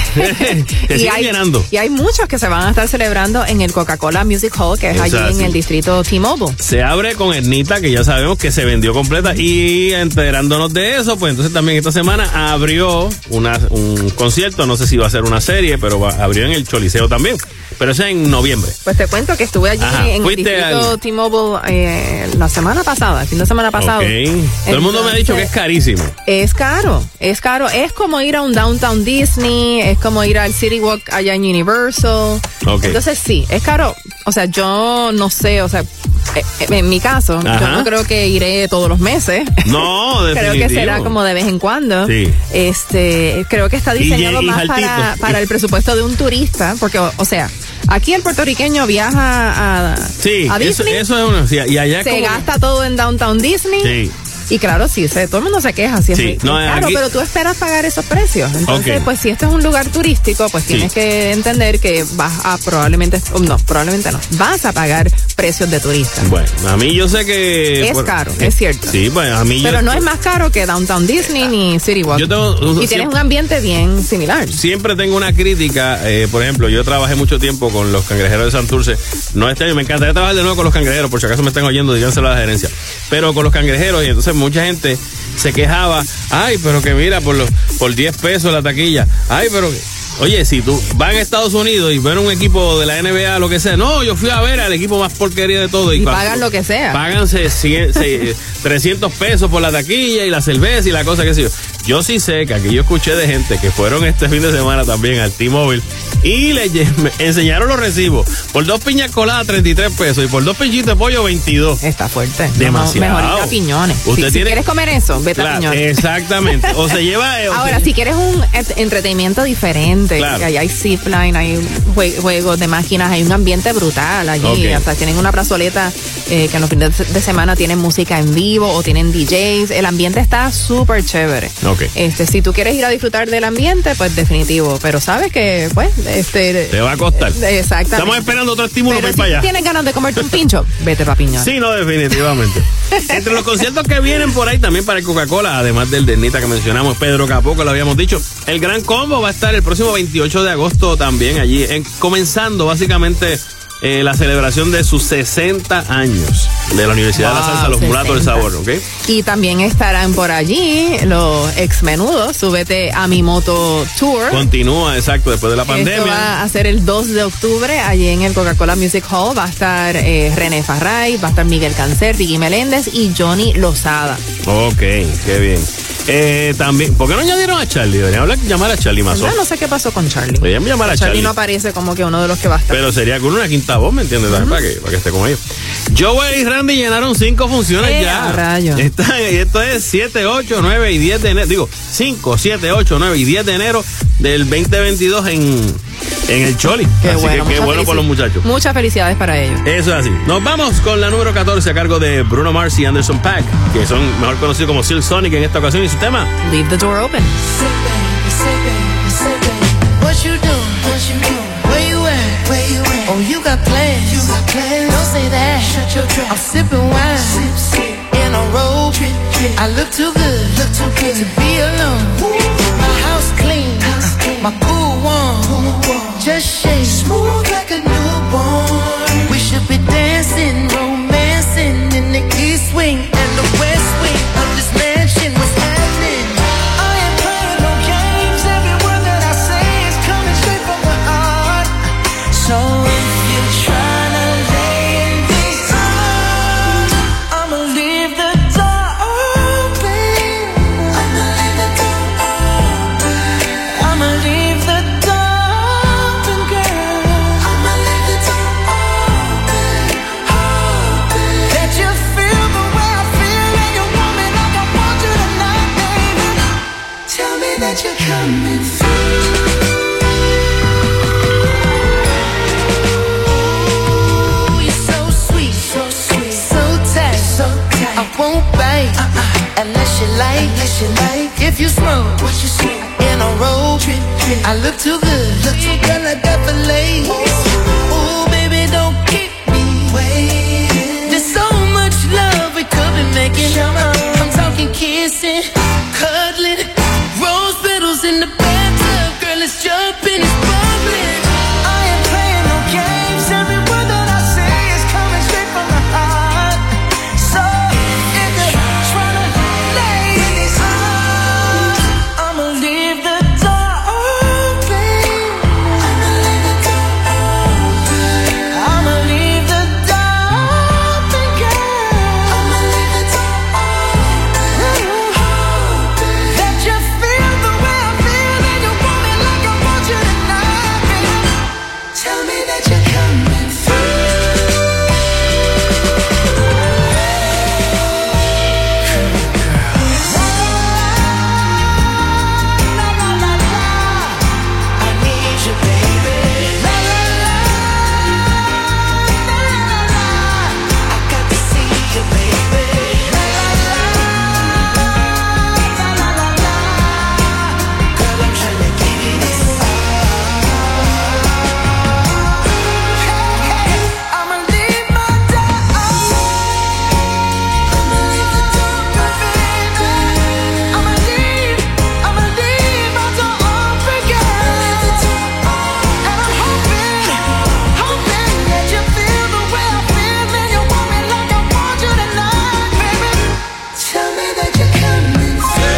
Se siguen hay, llenando. Y hay muchos que se van a estar celebrando en el Coca-Cola Music Hall, que es Eso allí así. en el distrito T-Mobile. Se abre con Ernita, que ya sabemos que se vendió completa, y enterándonos de eso, pues entonces también esta semana abrió una, un concierto, no sé si va a ser una serie, pero va, abrió en el Choliseo también, pero eso es en noviembre. Pues te cuento que estuve allí Ajá, en el fuiste distrito al- T-Mobile eh, la semana pasada, el fin de semana pasado. Ok. Todo el mundo me ha dicho que es carísimo. Es caro, es caro. Es como ir a un Downtown Disney, es como ir al City Walk allá en Universal. Ok. Entonces sí, es caro. O sea, yo no sé, o sea, eh, eh, en mi caso, Ajá. yo no creo que iré todos los meses. No, Creo definitivo. que será como de vez en cuando. Sí. Este, creo que está diseñado Y- y más altito. para, para el presupuesto de un turista, porque, o, o sea, aquí el puertorriqueño viaja a, Sí, a eso, Disney, eso es una... sí, y allá se como- gasta todo en Downtown Disney. Sí. Y claro, sí, se, todo el mundo se queja, sí, es Sí, muy- no, es caro, aquí- pero tú esperas pagar esos precios. Entonces, Ok. pues si este es un lugar turístico, pues Sí. tienes que entender que vas a probablemente, oh, no, probablemente no, vas a pagar precios de turista. Bueno, a mí yo sé que... Es por- caro, es cierto. Sí, bueno, a mí Pero yo... no es más caro que Downtown Disney ni City Walk. Yo tengo- y tienes siempre- un ambiente bien similar. Siempre tengo una crítica, eh, por ejemplo, yo trabajé mucho tiempo con los cangrejeros de Santurce, no este año, me encantaría trabajar de nuevo con los cangrejeros, por si acaso me están oyendo, díganselo a la gerencia, pero con los cangrejeros, y entonces mucha gente se quejaba, ay, pero que mira, por los por diez pesos la taquilla, ay, pero que... Oye, si tú vas a Estados Unidos y ves un equipo de la N B A, lo que sea, no, yo fui a ver al equipo más porquería de todo. Y cuando- pagan lo que sea. Páganse cien, se- trescientos pesos por la taquilla y la cerveza y la cosa que sé yo. Yo sí sé que aquí yo escuché de gente que fueron este fin de semana también al T-Mobile y le lle- me enseñaron los recibos. Por dos piñas coladas, treinta y tres pesos, y por dos pinchitos de pollo, veintidós. Está fuerte. Demasiado. Mejor ir a Piñones. Usted Si, si tiene- quieres comer eso, vete a Claro, Piñones. exactamente. O se lleva... eh, o Ahora, se- si quieres un et- entretenimiento diferente, Claro. ahí hay zipline, hay jue- juegos de máquinas, hay un ambiente brutal allí. Ok. O sea, tienen una plazoleta eh, que en los fines de de semana tienen música en vivo o tienen D Js. El ambiente está súper chévere. Ok. Este, si tú quieres ir a disfrutar del ambiente, pues definitivo. Pero sabes que, pues, este. Te va a costar. eh, Exactamente. Estamos esperando otro estímulo Pero para ir si para allá. tienes ganas de comerte un pincho, vete para Piñones. Sí, no, definitivamente. Entre los conciertos que vienen por ahí también para el Coca-Cola, además del de Ernita que mencionamos, Pedro Capó, que lo habíamos dicho, el Gran Combo va a estar el próximo veintiocho de agosto también allí, en- comenzando básicamente eh, la celebración de sus sesenta años de la Universidad de la Wow, Salsa, los Mulatos del sesenta. Sabor, ¿ok? Y también estarán por allí los ex menudos, súbete a mi moto tour. Continúa, exacto, después de la Esto pandemia. va a ser el dos de octubre, allí en el Coca-Cola Music Hall. Va a estar eh, René Farray, va a estar Miguel Cancer, Ricky Meléndez y Johnny Lozada. Ok, qué bien. Eh, también, ¿por qué no añadieron a Charlie? Deberían hablar- llamar a Charlie Mazó. Ya no sé qué pasó con Charlie. Deberían llamar a Charlie Charlie. no aparece como que uno de los que va a estar. Pero sería con una quinta voz, ¿me entiendes? ¿Sabes? Para, que, para que esté con ellos. Joel y Randy llenaron cinco funciones ¡Eh, ya. a rayos! Están- y esto es siete, ocho, nueve y diez de enero. Digo, cinco, siete, ocho, nueve y diez de enero del veinte veintidós en, en el Choli. Qué Así bueno, que qué muchas bueno por felici- los muchachos. Muchas felicidades para ellos. Eso es así. Nos vamos con la número catorce a cargo de Bruno Mars y Anderson .Paak, que son mejor conocidos como Silk Sonic en esta ocasión, y su tema. Leave the door open. What you doing? What you doing? Where you at? Where you at? Oh, you got plans. You got plans. Don't say that. Shut your trap. I'm sipping wine. Sip, sip. In a robe. Trip, trip. I look too good. Look too good to be alone. Woo. My house clean. House clean. My pool warm. a shame. Smooth like a newborn. We should be dancing, romancing in the east wing and the west wing of this mansion. What's happening? I ain't playing no games. Every word that I say is coming straight from the heart. So if you're trying to lay in these arms, I'ma leave the door open. I'ma leave the door open. I'ma leave the door open, girl. I'ma leave the door open, open. Let you feel the way I feel and you want me like I want you tonight, baby. Tell me that you're coming through. You're so sweet, so sweet, so tight, so tight. I won't bite uh-uh. unless you like, unless you like. If you smoke, what you smoke? In a robe, trip, trip. I look too good, look too good like that fillet. Ooh, baby, don't keep me waiting. There's so much love we could be making. I'm talking kissing, cuddling, rose petals in the bathtub. Girl, it's jumping, it's bubbling. I ain't playing no games. Every word that I say is coming straight from the heart. So if you're trying to lay in these arms, I'ma leave the door open. I'ma leave the door open. I'ma leave the door open, girl. I'ma leave the door open. Let you feel the way I feel and you want me like I want you tonight, baby. Tell me that you're coming through. I need you, baby. La la la, la la la. I got to see you, baby. La la la, la la la la. Girl, I'm trying to give you this. Hey, hey, I'ma leave my door open. I'ma leave the door open, baby. I'ma leave, I'ma leave my door open, girl. And I'm hoping, hoping that you feel the way I feel and you want me like I want you tonight, baby. Tell me that you're coming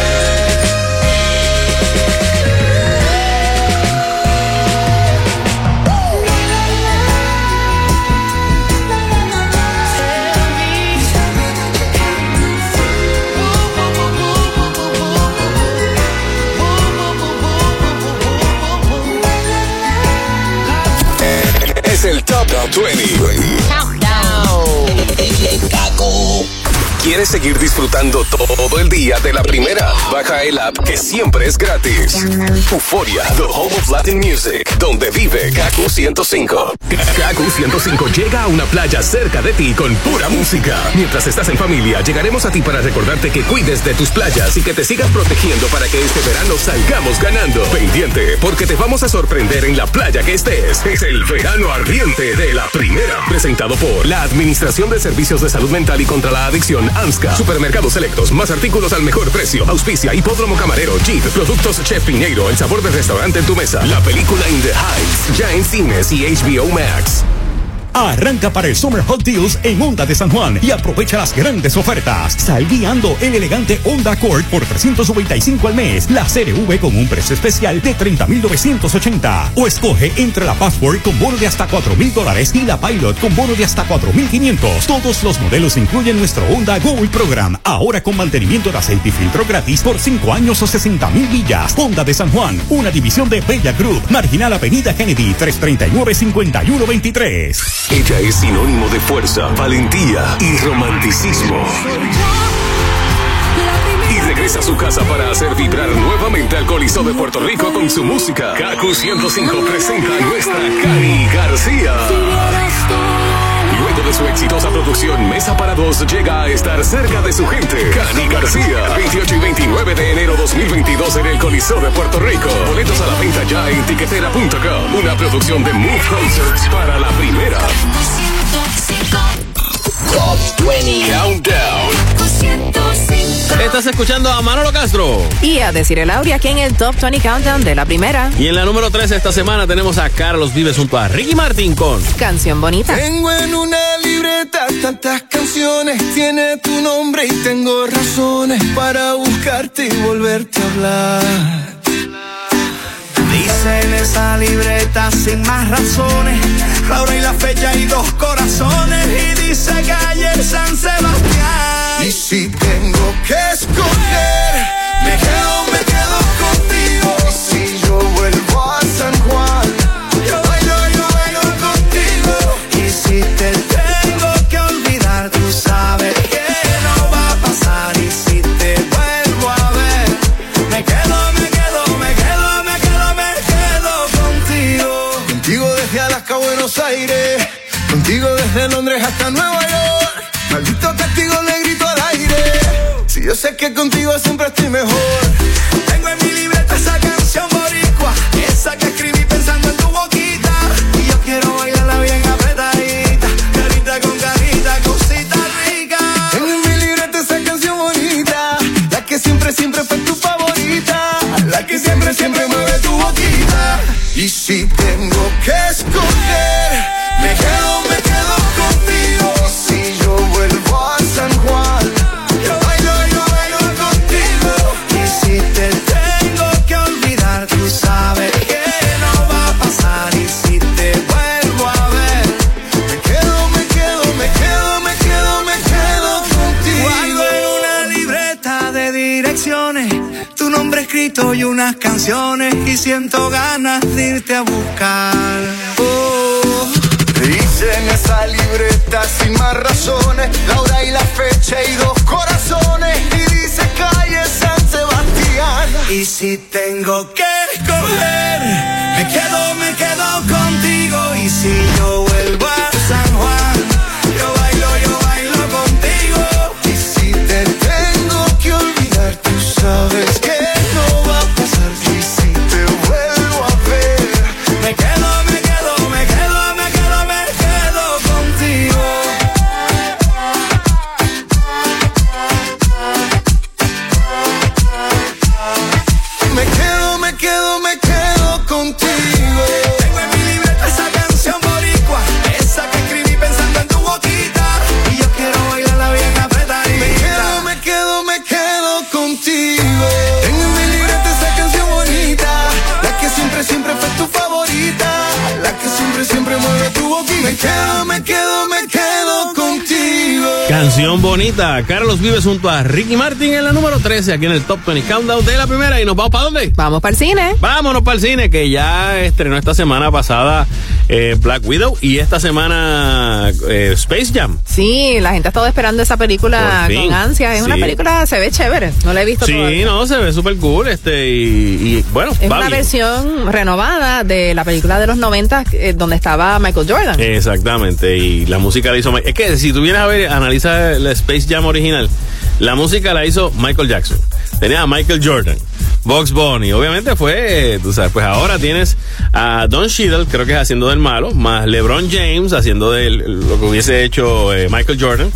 Es el Top veinte. ¿Quieres seguir disfrutando todo el día de la primera? Baja el app que siempre es gratis. Euforia, the home of Latin music, donde vive Kaku ciento cinco. Kaku ciento cinco llega a una playa cerca de ti con pura música. Mientras estás en familia, llegaremos a ti para recordarte que cuides de tus playas y que te sigas protegiendo para que este verano salgamos ganando. Pendiente, porque te vamos a sorprender en la playa que estés. Es el verano ardiente de la primera. Presentado por la Administración de Servicios de Salud Mental y contra la Adicción, AMSCA. Supermercados Selectos, más artículos al mejor precio. Auspicia Hipódromo Camarero, Jeep, Productos Chef Piñeiro, el sabor del restaurante en tu mesa. La película In the Heights, ya en cines y H B O Max. Arranca para el Summer Hot Deals en Honda de San Juan y aprovecha las grandes ofertas. Sal guiando el elegante Honda Accord por trescientos noventa y cinco al mes. La C R V con un precio especial de treinta mil novecientos ochenta. O escoge entre la Passport con bono de hasta cuatro mil dólares y la Pilot con bono de hasta cuatro mil quinientos. Todos los modelos incluyen nuestro Honda Gold Program. Ahora con mantenimiento de aceite y filtro gratis por cinco años o sesenta mil millas. Honda de San Juan, una división de Bella Group. Marginal Avenida Kennedy, tres treinta y nueve, cincuenta y uno veintitrés. Ella es sinónimo de fuerza, valentía y romanticismo. Y regresa a su casa para hacer vibrar nuevamente al Coliseo de Puerto Rico con su música. Kaku ciento cinco presenta a nuestra Cani García. Luego de su exitosa producción Mesa para Dos, llega a estar cerca de su gente. Cani García, veintiocho y veintinueve de enero dos mil veintidós en el Coliseo de Puerto Rico. Boletos a la venta ya en tiquetera punto com. Una producción de Move Concerts para la primera. Top veinte Countdown. Este Estás escuchando a Manolo Castro y a Desiree Lauri aquí en el Top veinte Countdown de la primera. Y en la número trece esta semana tenemos a Carlos Vives junto a Ricky Martin con Canción Bonita. Tengo en una libreta tantas canciones, tiene tu nombre y tengo razones para buscarte y volverte a hablar. Dice en esa libreta sin más razones, la hora y la fecha y dos corazones, y dice calle San Sebastián. Y si tengo que escoger, me quedo, me quedo contigo. Y si yo vuelvo a San Juan, yo bailo, yo bailo contigo. Y si te tengo que olvidar, tú sabes que no va a pasar. Y si te vuelvo a ver, me quedo, me quedo, me quedo, me quedo, me quedo contigo. Contigo desde Alaska a Buenos Aires, contigo desde Londres hasta Nueva York. Maldito castigo le grito al aire, si yo sé que contigo siempre estoy mejor. Tengo en mi libreta esa canción boricua, esa que escribí pensando en tu boquita. Y yo quiero bailarla bien apretadita, carita con carita, cosita rica. Tengo en mi libreta esa canción bonita, la que siempre, siempre fue tu favorita, la que siempre, siempre mueve tu boquita. Y si tengo que escoger, me quedo, me quedo contigo. Y si yo vuelvo a San Juan, yo bailo, yo bailo contigo. Y si te tengo que olvidar, tú sabes que no va a pasar. Y si te vuelvo a ver, me quedo, me quedo, me quedo, me quedo, me quedo contigo. Guardo en una libreta de direcciones tu nombre escrito y unas canciones, y siento ganas de irte a buscar. Oh. Dice en esa libreta sin más razones, la hora y la fecha y dos corazones, y dice calle San Sebastián. Y si tengo que escoger, me quedo, me quedo contigo. Y si yo vuelvo a San Juan, yo bailo, yo bailo contigo. Y si te tengo que olvidar, tú sabes que no va a pasar. Y si te vuelvo a ver, me quedo, me quedo, me quedo, me quedo, me quedo contigo. Me quedo, me quedo, me quedo contigo. Tengo en mi libreta esa canción boricua, esa que escribí pensando en tu boquita. Y yo quiero bailarla bien apretadita. Me quedo, me quedo, me quedo contigo. Tengo en mi libreta esa canción bonita, la que siempre, siempre fue tu favorita, la que siempre, siempre mueve tu boquita. Me quedo, me quedo, me quedo contigo. Canción Bonita. Carlos Vives junto a Ricky Martin en la número trece aquí en el Top veinte Countdown de la primera. ¿Y nos vamos para dónde? Vamos para el cine. Vámonos para el cine, que ya estrenó esta semana pasada eh, Black Widow, y esta semana eh, Space Jam. Sí, la gente ha estado esperando esa película con ansia. Es sí. una película, se ve chévere. No la he visto sí, todavía. Sí, no, se ve súper cool. Este, y, y bueno, es va una bien. versión renovada de la película de los noventa, eh, donde estaba Michael Jordan. Exactamente, y la música la hizo. Es que si tú vienes a ver, analiza la Space Jam original, la música la hizo Michael Jackson. Tenía a Michael Jordan, Bugs Bunny, obviamente fue, tú sabes, pues ahora tienes a Don Cheadle, creo que es haciendo del malo, más LeBron James haciendo de lo que hubiese hecho eh, Michael Jordan,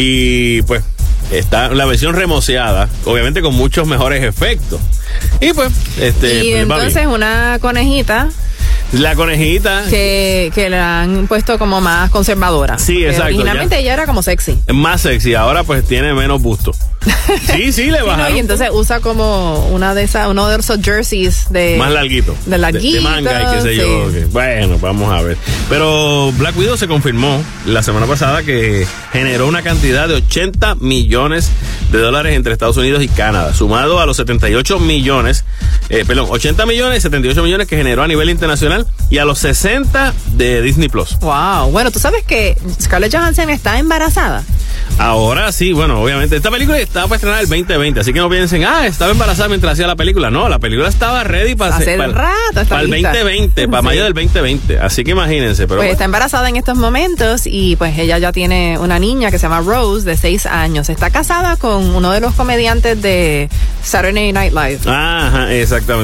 y pues está la versión remoceada, obviamente con muchos mejores efectos. Y pues, este. Y pues, entonces una conejita. La conejita. Que, que la han puesto como más conservadora. Sí, exacto. Originalmente ya. ella era como sexy. Más sexy, ahora pues tiene menos busto. Sí, sí, le bajaron. Sí, no, y entonces usa como una de esas, uno de esos jerseys de. Más larguito. De larguito. De, de manga y qué sé sí. yo. Okay. Bueno, vamos a ver. Pero Black Widow se confirmó la semana pasada que generó una cantidad de ochenta millones de dólares entre Estados Unidos y Canadá, sumado a los setenta y ocho millones, eh, perdón, ochenta millones y setenta y ocho millones que generó a nivel internacional, y a los sesenta de Disney Plus. Wow. Bueno, tú sabes que Scarlett Johansson está embarazada. Ahora sí, bueno, obviamente esta película estaba para estrenar el veinte veinte, así que no piensen, ah, estaba embarazada mientras hacía la película. No, la película estaba ready para hace para, rato está para el veinte veinte, para sí. mayo del veinte veinte, así que imagínense. Pero pues bueno. Está embarazada en estos momentos, y pues ella ya tiene una niña que se llama Rose, de seis años. Está casada con uno de los comediantes de Saturday Night Live. Ajá, exactamente.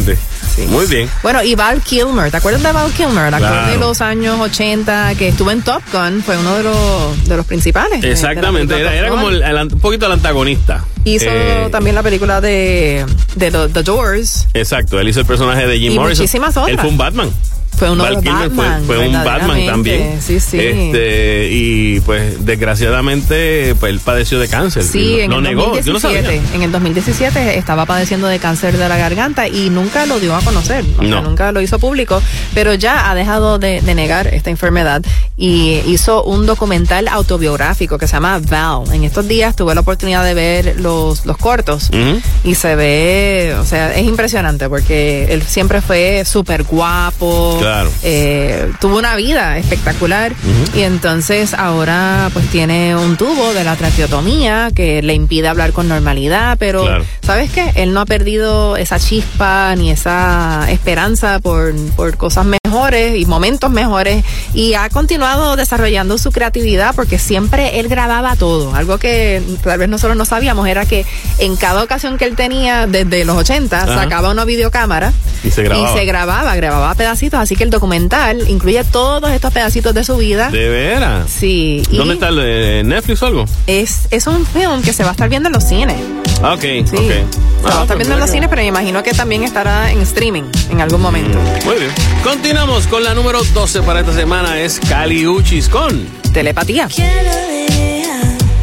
Sí. Muy bien. Bueno, y Val Kilmer, ¿te acuerdas de Val Kilmer? El actor Claro. de los años ochenta que estuvo en Top Gun, fue uno de los, de los principales. de- Exactamente, de la era, película era Top como Gun. el, el- un poquito el antagonista. Hizo Eh, también la película de, de The, The Doors. Exacto, él hizo el personaje de Jim Y Morrison. muchísimas otras. Él fue un Batman. Fue uno Val de los Kilmer Batman. fue, fue un Batman verdaderamente. también. Sí, sí. Este, y pues desgraciadamente pues él padeció de cáncer. Sí, Y en lo, el lo negó, yo no sabía. dos mil diecisiete, en el dos mil diecisiete estaba padeciendo de cáncer de la garganta y nunca lo dio a conocer, o sea, No. nunca lo hizo público, pero ya ha dejado de, de negar esta enfermedad y hizo un documental autobiográfico que se llama Val. En estos días tuve la oportunidad de ver los, los cortos Ujú. y se ve, o sea, es impresionante porque él siempre fue súper guapo, Claro. eh, tuvo una vida espectacular y entonces ahora pues tiene un tubo de la traqueotomía que le impide hablar con normalidad, pero Claro. ¿sabes qué? Él no ha perdido esa chispa ni esa esperanza por, por cosas mejores y momentos mejores y ha continuado desarrollando su creatividad porque siempre él grababa todo. Algo que tal vez nosotros no sabíamos era que en cada ocasión que él tenía desde los ochenta Ajá. sacaba una videocámara Y se grababa. y se grababa, grababa pedacitos, así que el documental incluye todos estos pedacitos de su vida. ¿De veras? Sí. y ¿Dónde está el de Netflix o algo? Es, es un film que se va a estar viendo en los cines. Ah, ok, Sí. ok. Se va a Ah, estar pues viendo en mira los que- cines, pero me imagino que también estará en streaming en algún momento. Muy bien. Continuamos con la número doce para esta semana. Es Kali Uchis con Telepatía. ¿Quién lo diría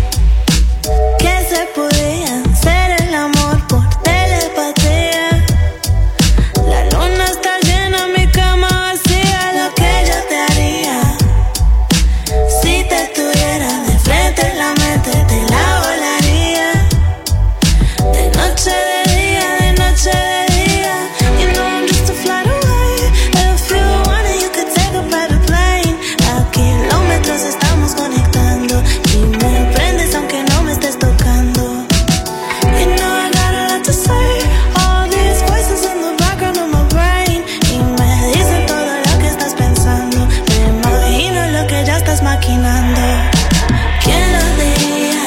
que se podía hacer el amor por telepatía? La luna está llena, mi cama vacía, lo que yo te haría si te tuviera de frente en la mente, te la volaría. De noche, de día, de noche, de día. You know I'm just a flight away. If you want it, you could take a private plane. A kilómetros estamos conectando y me prendes aunque no me estés tocando. You know I got a lot to say. All these voices in the background of my brain y me dicen todo lo que estás pensando. Me imagino lo que ya estás maquinando. ¿Quién lo diría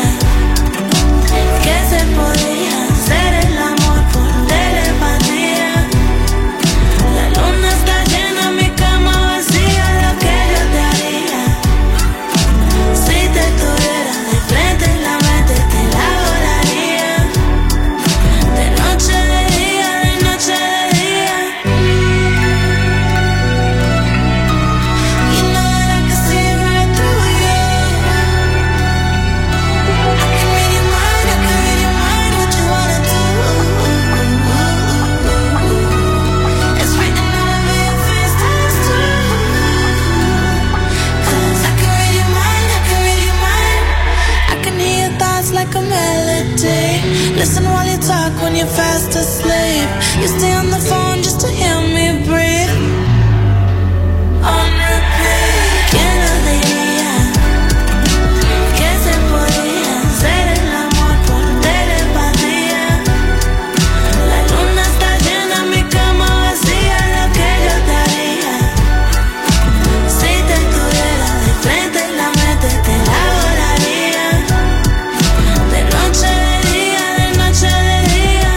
que se podía hacer el amor por telepatía? La luna está llena, mi cama vacía, lo que yo te haría si te tuviera de frente en la mente, te la volaría. De noche, de día, de noche, de día. You know that I can see right through you. I can read your mind, I can read your mind, what you wanna do. It's written all over your face, times two. 'Cause I can read your mind, I can read your mind. I can hear your thoughts like a melody. Listen while you talk when you're fast asleep. You stay on the phone just to hear me breathe. On repeat. ¿Quién lo diría que se podía hacer el amor por telepatía? La luna está llena, mi cama vacía, lo que yo te haría si te tuviera de frente en la mente, te la volaría. De noche, de día, de noche, de día.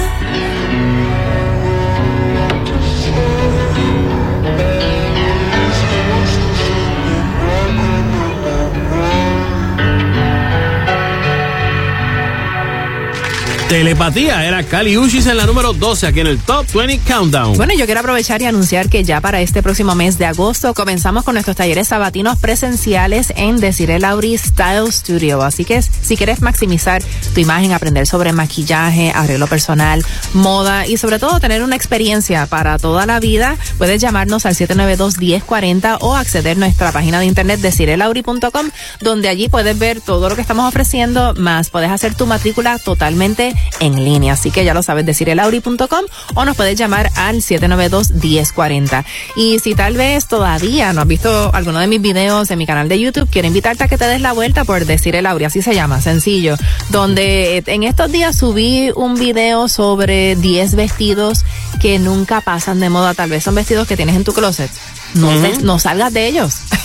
Telepatía. Era Kali Uchis en la número doce aquí en el Top veinte Countdown. Bueno, yo quiero aprovechar y anunciar que ya para este próximo mes de agosto comenzamos con nuestros talleres sabatinos presenciales en Desiree Lauri Style Studio. Así que si quieres maximizar tu imagen, aprender sobre maquillaje, arreglo personal, moda y sobre todo tener una experiencia para toda la vida, puedes llamarnos al siete nueve dos, uno cero cuatro cero o acceder a nuestra página de internet desiree lauri punto com, donde allí puedes ver todo lo que estamos ofreciendo, más puedes hacer tu matrícula totalmente en línea. Así que ya lo sabes, desiree lauri punto com o nos puedes llamar al siete nueve dos, uno cero cuatro cero. Y si tal vez todavía no has visto alguno de mis videos en mi canal de YouTube, quiero invitarte a que te des la vuelta por Desiree Lauri, así se llama, sencillo, donde en estos días subí un video sobre diez vestidos que nunca pasan de moda. Tal vez son vestidos que tienes en tu closet. No, Ujú. te- no salgas de ellos.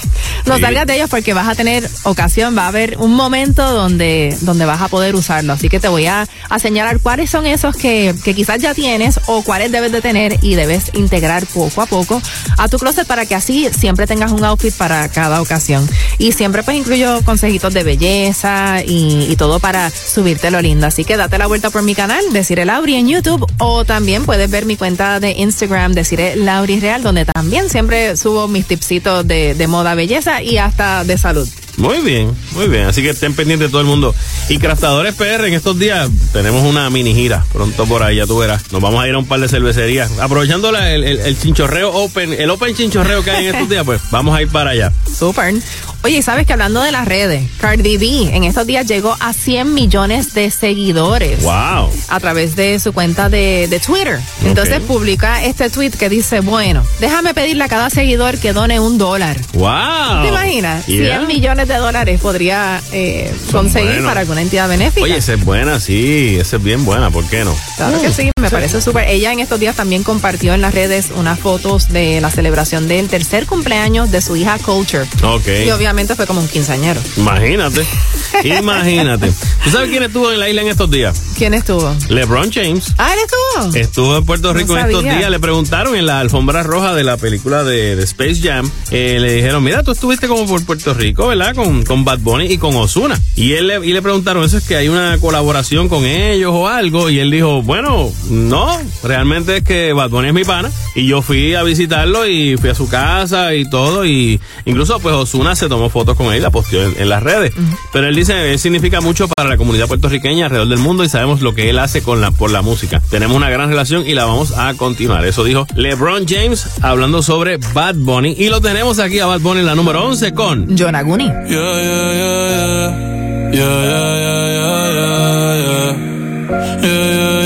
No Sí. salgas de ellos porque vas a tener ocasión, va a haber un momento donde, donde vas a poder usarlo. Así que te voy a, a señalar cuáles son esos que, que quizás ya tienes o cuáles debes de tener y debes integrar poco a poco a tu closet para que así siempre tengas un outfit para cada ocasión. Y siempre pues incluyo consejitos de belleza y, y todo para subirte lo lindo. Así que date la vuelta por mi canal, Desiree Lauri en YouTube, o también puedes ver mi cuenta de Instagram, Desiree Lauri Real, donde también siempre subo mis tipsitos de, de moda, belleza y hasta de salud. Muy bien, muy bien. Así que estén pendientes todo el mundo. Y Craftadores P R, en estos días tenemos una mini gira pronto por ahí, ya tú verás. Nos vamos a ir a un par de cervecerías. Aprovechando la, el, el, el chinchorreo open, el open chinchorreo que hay en estos días, pues vamos a ir para allá. Súper. Oye, ¿sabes que hablando de las redes, Cardi B en estos días llegó a cien millones de seguidores? Wow. A través de su cuenta de, de Twitter. Entonces Okay. publica este tweet que dice, bueno, déjame pedirle a cada seguidor que done un dólar. Wow. ¿Te imaginas? Yeah. cien millones de dólares podría eh, conseguir buenos. para alguna entidad benéfica. Oye, esa es buena, sí, esa es bien buena, ¿por qué no? Claro que sí, me parece súper. Ella en estos días también compartió en las redes unas fotos de la celebración del tercer cumpleaños de su hija Culture. Ok. Y obviamente fue como un quinceañero. Imagínate, imagínate. ¿Tú sabes quién estuvo en la isla en estos días? ¿Quién estuvo? LeBron James. Ah, ¿él estuvo? Estuvo en Puerto No Rico en estos sabía. días. Le preguntaron en la alfombra roja de la película de, de Space Jam. Eh, le dijeron, mira, tú estuviste como por Puerto Rico, ¿verdad? Con, con Bad Bunny y con Ozuna. Y él le, y le preguntaron, ¿eso es que hay una colaboración con ellos o algo? Y él dijo, bueno, no, realmente es que Bad Bunny es mi pana. Y yo fui a visitarlo y fui a su casa y todo. Y incluso pues Ozuna se tomó fotos con él y la posteó en, en las redes. Uh-huh. Pero él dice, él significa mucho para la comunidad puertorriqueña alrededor del mundo y sabemos lo que él hace con la, por la música. Tenemos una gran relación y la vamos a continuar. Eso dijo LeBron James hablando sobre Bad Bunny. Y lo tenemos aquí a Bad Bunny en la número once con John Aguni. Yeah, yeah, yeah, yeah. Yeah, yeah, yeah, yeah, yeah, yeah. Yeah,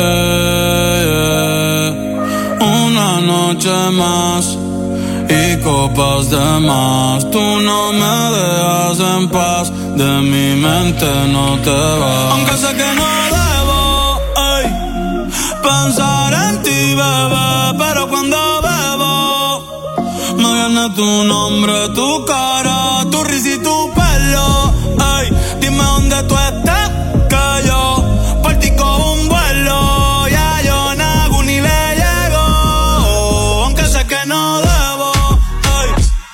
yeah, yeah, yeah. Una noche más y copas de más. Tú no me dejas en paz, de mi mente no te vas. Aunque sé que no debo, ay, pensar en ti, bebé, pero cuando bebo me viene tu nombre, tu cara, tu risa y tu pelo. Ay, dime dónde tú estás, que yo por ti cojo un vuelo. Ya yo nago ni le llego, aunque sé que no debo, ay,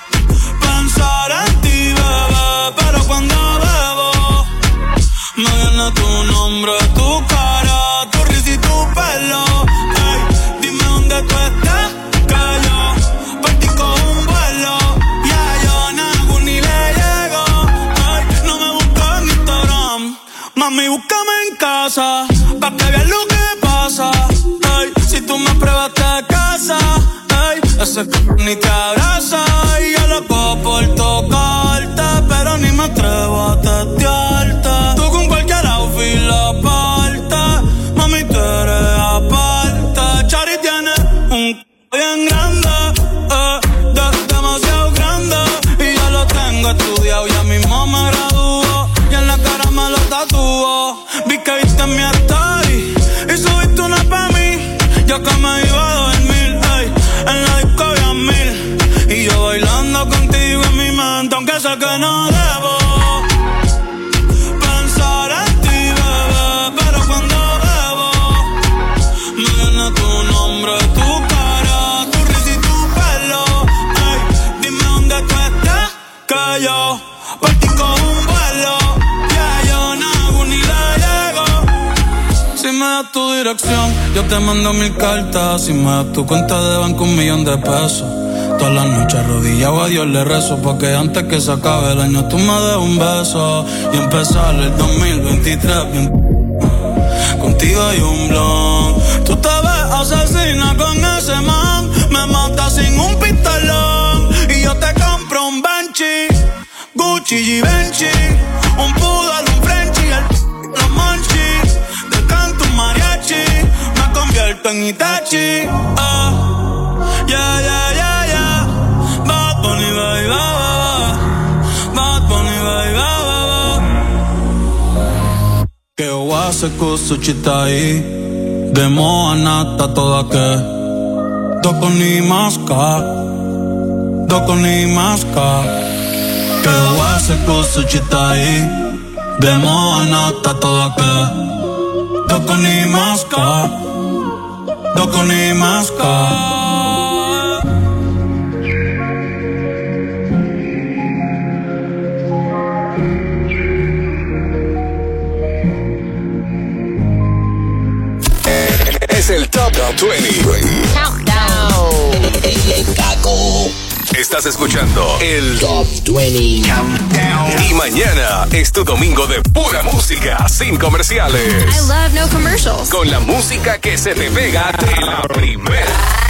pensar en ti, bebé, pero cuando bebo me viene tu nombre, tu cara, tu risa y tu pelo. Ay, dime dónde tú estás, que yo por ti cojo un vuelo. Ya yo nago ni le llego. Ay, no me busques en Instagram, mami, búscame en casa, pa' que veas lo que pasa. Ay, si tú me pruebas te casa, ay, ese c*** ni te abraza. Y yo loco por tocarte, pero ni me atrevo a testearte. Tú con cualquier outfit la parte, mami, tú eres aparte. Chari tiene un c*** bien grande, eh, de, demasiado grande. Y ya lo tengo estudiado, ya mismo me graduó. Y en la cara me lo tatuó. Vi que viste mi story y subiste una pa' mí. Yo que me iba a dormir, ey, en la disco había mil. Y yo bailando contigo en mi mente, aunque sé que no debo pensar en ti, bebé, pero cuando bebo me viene tu nombre, tu cara, tu risa y tu pelo. Ey, dime dónde tú estás, que yo por ti cojo un vuelo. Ya yo nago ni le llego. Si me das tu dirección, yo te mando mil cartas. Si me das tu cuenta de banco, un millón de pesos. Todas las noches arrodillado a Dios le rezo, porque antes que se acabe el año tú me des un beso y empezar el dos mil veintitrés bien. Contigo hay un blon. Tú te ves asesina con ese man, me matas sin un pistolón. Y yo te compro un Banshee, Gucci y Benchi, un poodle, un Frenchie, el los monchis. Te canto un mariachi, me convierto en Itachi. Ah, yeah, yeah, yeah, yeah. Bad Bunny, baby, Bad Bunny, baby, que oase kusu chitai, demo anata toda que doko ni maska, doko ni maska. Que voy con su chita ahí. De moana está toda que. Doko ni maska. Doko ni maska. Es el Top veinte. Countdown. Estás escuchando el Top veinte Countdown. Y mañana es tu domingo de pura música, sin comerciales. I love no commercials. Con la música que se te pega de la primera.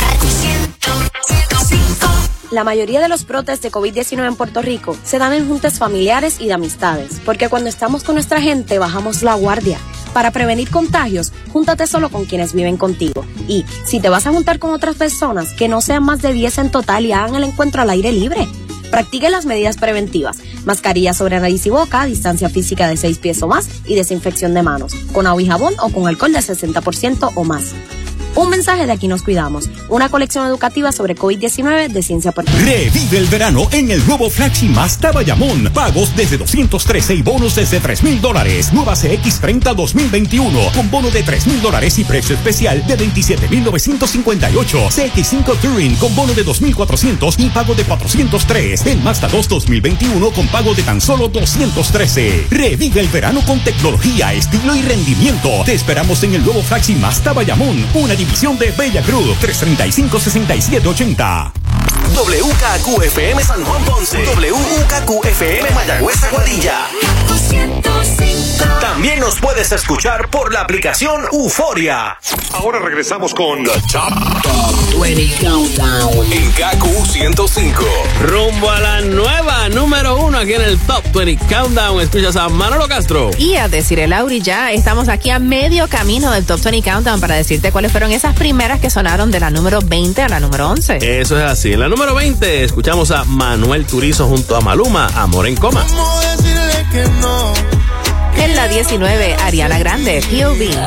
La mayoría de los brotes de COVID diecinueve en Puerto Rico se dan en juntas familiares y de amistades, porque cuando estamos con nuestra gente bajamos la guardia. Para prevenir contagios, júntate solo con quienes viven contigo. Y si te vas a juntar con otras personas, que no sean más de diez en total y hagan el encuentro al aire libre. Practiquen las medidas preventivas. Mascarilla sobre nariz y boca, distancia física de seis pies o más y desinfección de manos, con agua y jabón o con alcohol de sesenta por ciento o más. Un mensaje de Aquí Nos Cuidamos, una colección educativa sobre COVID diecinueve de Ciencia Puertorriqueña. Revive el verano en el nuevo Flagship Mazda Bayamón. Pagos desde doscientos trece y bonos desde tres mil dólares. Nueva C X treinta dos mil veintiuno con bono de tres mil dólares y precio especial de veintisiete mil novecientos cincuenta y ocho. C X cinco Touring con bono de dos mil cuatrocientos y pago de cuatrocientos tres. El Mazda dos dos mil veintiuno con pago de tan solo doscientos trece. Revive el verano con tecnología, estilo y rendimiento. Te esperamos en el nuevo Flagship Mazda Bayamón. Una división de Bella Cruz. Tres treinta y cinco, sesenta y siete ochenta. W K Q F M San Juan Ponce. W K Q F M Mayagüez Aguadilla. También nos puedes escuchar por la aplicación Euforia. Ahora regresamos con The Top, Top veinte Countdown en K Q ciento cinco. Rumbo a la nueva número uno aquí en el Top veinte Countdown. Escuchas a Manolo Castro y a Desiree Lauri. Ya estamos aquí a medio camino del Top veinte Countdown para decirte cuáles fueron esas primeras que sonaron de la número veinte a la número once. Eso es así. En la número veinte escuchamos a Manuel Turizo junto a Maluma, Amor en Coma. ¿Cómo decirle que no? En la diecinueve, Ariana Grande, P O V.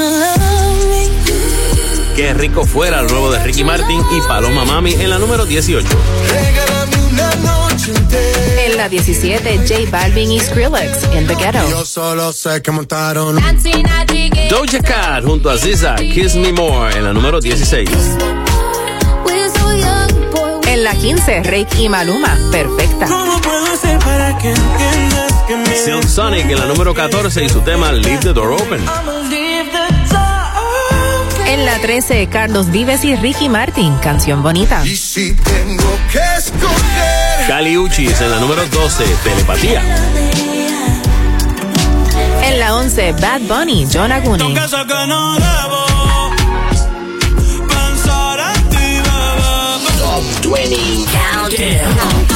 Qué rico fuera el nuevo de Ricky Martin y Paloma Mami en la número dieciocho. En la diecisiete, J Balvin y Skrillex, In the Ghetto. Yo solo sé que montaron. Doja Cat junto a S Z A, Kiss Me More en la número dieciséis. En la quince, Rake y Maluma, Perfecta. ¿Cómo puedo hacer para que entiendas que me... Silk Sonic en la número catorce y su tema Leave the Door Open. En la trece, Carlos Vives y Ricky Martin, Canción Bonita. Y si tengo que escoger. Kali Uchis en la número doce, Telepatía. En la once, Bad Bunny, John Aguni. Top veinte Countdown.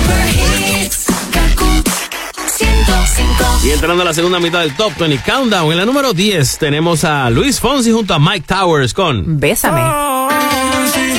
Y entrando a la segunda mitad del Top veinte Countdown, en la número diez tenemos a Luis Fonsi junto a Mike Towers con Bésame. Oh, sí.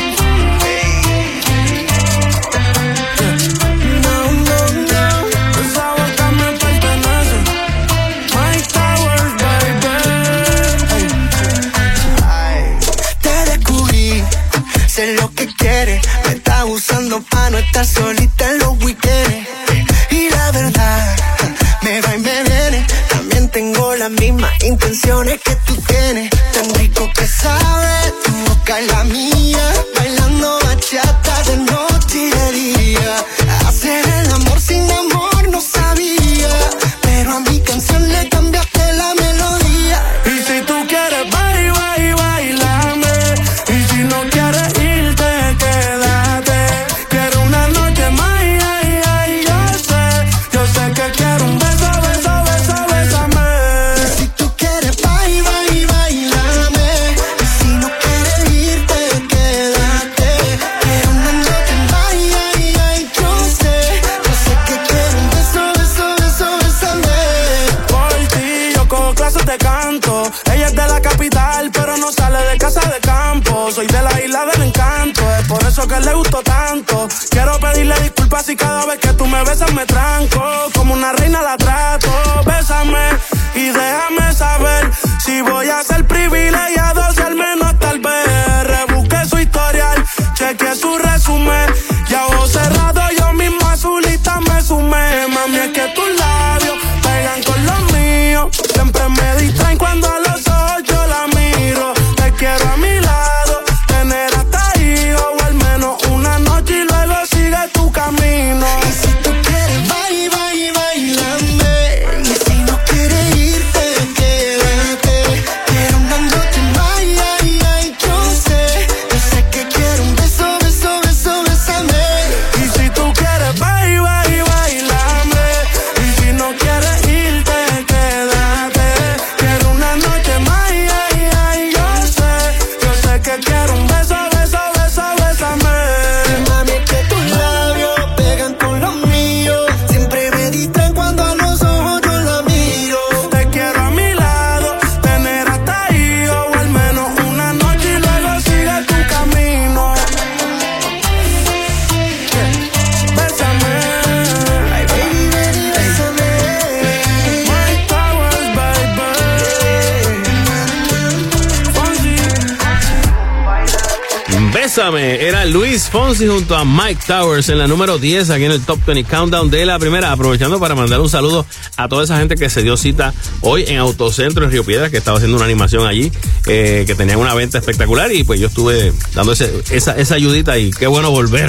Sé lo que quiere, me está usando pa' no estar solita en los weekends. Y la verdad, me va y me viene. También tengo las mismas intenciones que tú tienes. Tan rico que sabe tu boca y la mía. Bailando bachata de noche y de día. Hacer el amor sin amor no sabía. Pero a mi canción le cambiaste la melodía. Y si tú quieres bailar, bailar, bailame. Y si no quieres irte, quédate. Quiero una noche más, ay, ay, yo sé. Yo sé que quiero un beso, beso, beso, bésame. Si tú quieres bailar, bailar, bailame. Y si no quieres irte, quédate. Quiero una noche más, ay, ay, yo sé. Yo sé que quiero un beso, beso, beso, bésame. Por ti yo cojo clases de canto. Ella es de la capital, pero no sale de casa de campo. Soy de la isla del encanto, es por eso que le gustó tanto. Quiero pedirle disculpas si cada vez que tú me besas me tranco. Como una reina la trato. Bésame y déjame saber si voy a ser privilegiado, si al menos tal vez. Rebusqué su historial, chequeé su resumen. Y a ojos cerrados yo mismo a su lista me sumé. Bésame, era Luis Fonsi junto a Mike Towers en la número diez aquí en el Top veinte Countdown de la primera. Aprovechando para mandar un saludo a toda esa gente que se dio cita hoy en Autocentro en Río Piedras, que estaba haciendo una animación allí, eh, que tenían una venta espectacular y pues yo estuve dando ese, esa, esa ayudita y qué bueno volver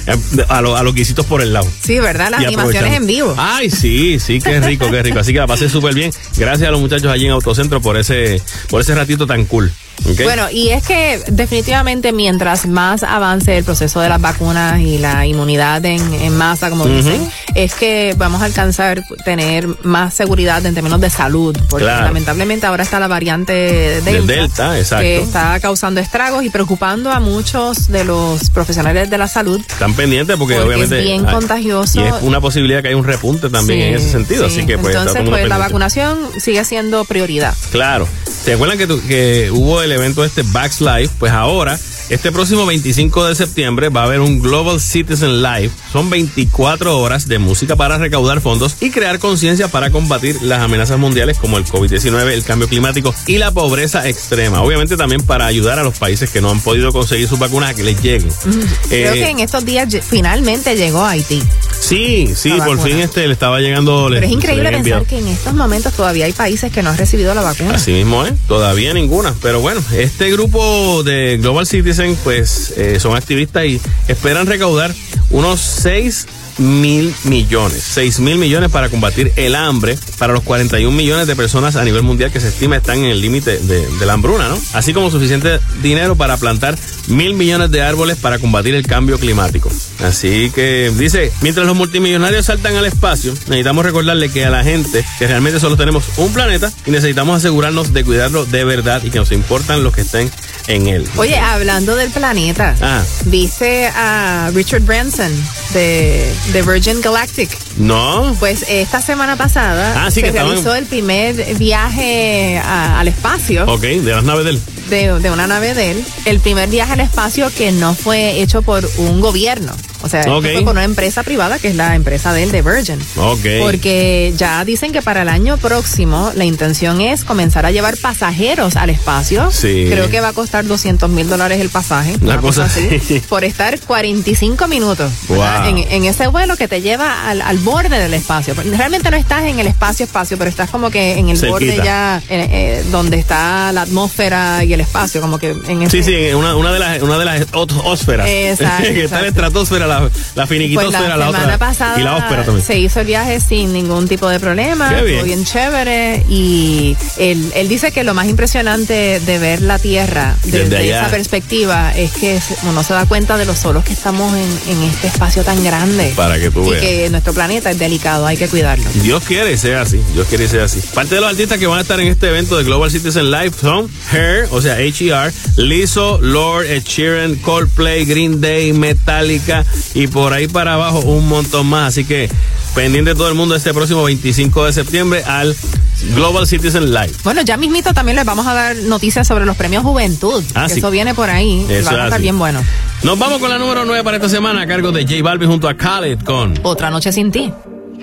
a, lo, a los guisitos por el lado. Sí, ¿verdad? Las animaciones en vivo. Ay, sí, sí, qué rico, qué rico. Así que la pasé súper bien. Gracias a los muchachos allí en Autocentro por ese, por ese ratito tan cool. Okay. Bueno, y es que definitivamente mientras más avance el proceso de las vacunas y la inmunidad en, en masa, como uh-huh. dicen, es que vamos a alcanzar tener más seguridad en términos de salud, porque claro. lamentablemente ahora está la variante Delta, Del Delta exacto. que está causando estragos y preocupando a muchos de los profesionales de la salud. Están pendientes porque, porque obviamente es bien hay, contagioso. Y es una posibilidad que hay un repunte también sí, en ese sentido, sí. así que pues, entonces pues la vacunación sigue siendo prioridad. Claro. ¿Se acuerdan que, tu, que hubo el evento este Vax Live? Pues ahora, este próximo veinticinco de septiembre va a haber un Global Citizen Live. Son veinticuatro horas de música para recaudar fondos y crear conciencia para combatir las amenazas mundiales como el COVID diecinueve, el cambio climático y la pobreza extrema. Obviamente también para ayudar a los países que no han podido conseguir sus vacunas a que les lleguen. Mm, creo eh, que en estos días finalmente llegó a Haití. Sí, sí, por fin este le estaba llegando. Pero le, es increíble pensar que en estos momentos todavía hay países que no han recibido la vacuna. Así mismo es, todavía ninguna. Pero bueno, este grupo de Global Citizen pues eh, son activistas y esperan recaudar unos seis mil millones, seis mil millones para combatir el hambre para los cuarenta y un millones de personas a nivel mundial que se estima están en el límite de, de la hambruna, ¿no? Así como suficiente dinero para plantar mil millones de árboles para combatir el cambio climático. Así que dice, mientras los multimillonarios saltan al espacio, necesitamos recordarle que a la gente que realmente solo tenemos un planeta y necesitamos asegurarnos de cuidarlo de verdad y que nos importan los que estén en él. Oye, hablando del planeta, ah. ¿viste a Richard Branson de, de Virgin Galactic? No. Pues esta semana pasada ah, sí, se que realizó en... el primer viaje a, al espacio. Ok, de las naves de él. De, de una nave de él. El primer viaje al espacio que no fue hecho por un gobierno. O sea, okay. fue por una empresa privada que es la empresa de él, de Virgin. Okay. Porque ya dicen que para el año próximo la intención es comenzar a llevar pasajeros al espacio. Sí. Creo que va a costar doscientos mil dólares el pasaje. Una, una cosa así. así. Por estar cuarenta y cinco minutos wow. en, en ese vuelo que te lleva al, al borde del espacio. Realmente no estás en el espacio, espacio, pero estás como que en el Cerquita. borde ya, eh, eh, donde está la atmósfera y el espacio, como que en ese... Sí, sí, una, una de las una de las ósferas. Exacto. que está la estratosfera, la, la finiquitosfera, pues la, la otra. Pasada y la ósfera también. Se hizo el viaje sin ningún tipo de problema. Qué bien. Todo bien chévere. Y él, él dice que lo más impresionante de ver la Tierra desde, desde esa perspectiva es que uno se da cuenta de lo solos que estamos en, en este espacio tan grande. Para que tú y veas. Y que nuestro planeta es delicado, hay que cuidarlo. Dios quiere sea así, Dios quiere sea así. Parte de los artistas que van a estar en este evento de Global Citizen Live son Her, o sea, H E R, Lizzo, Lorde, Ed Sheeran, Coldplay, Green Day, Metallica y por ahí para abajo un montón más. Así que pendiente todo el mundo este próximo veinticinco de septiembre al Global Citizen Live. Bueno, ya mismito también les vamos a dar noticias sobre los premios Juventud. Ah, que sí. Eso viene por ahí. Eso va a estar bien bueno. Nos vamos con la número nueve para esta semana a cargo de J Balvin junto a Khaled con Otra Noche Sin Ti.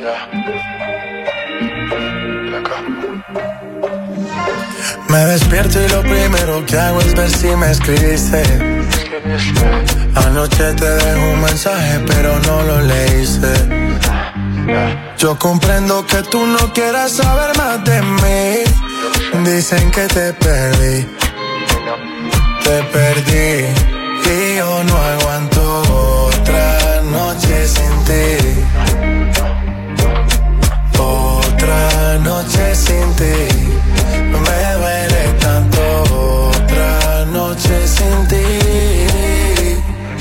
Me despierto y lo primero que hago es ver si me escribiste. Anoche te dejo un mensaje pero no lo leíste. Yo comprendo que tú no quieras saber más de mí. Dicen que te perdí, te perdí y yo no aguanto otra noche sin ti. Otra noche sin ti. Me duele tanto. Otra noche sin ti.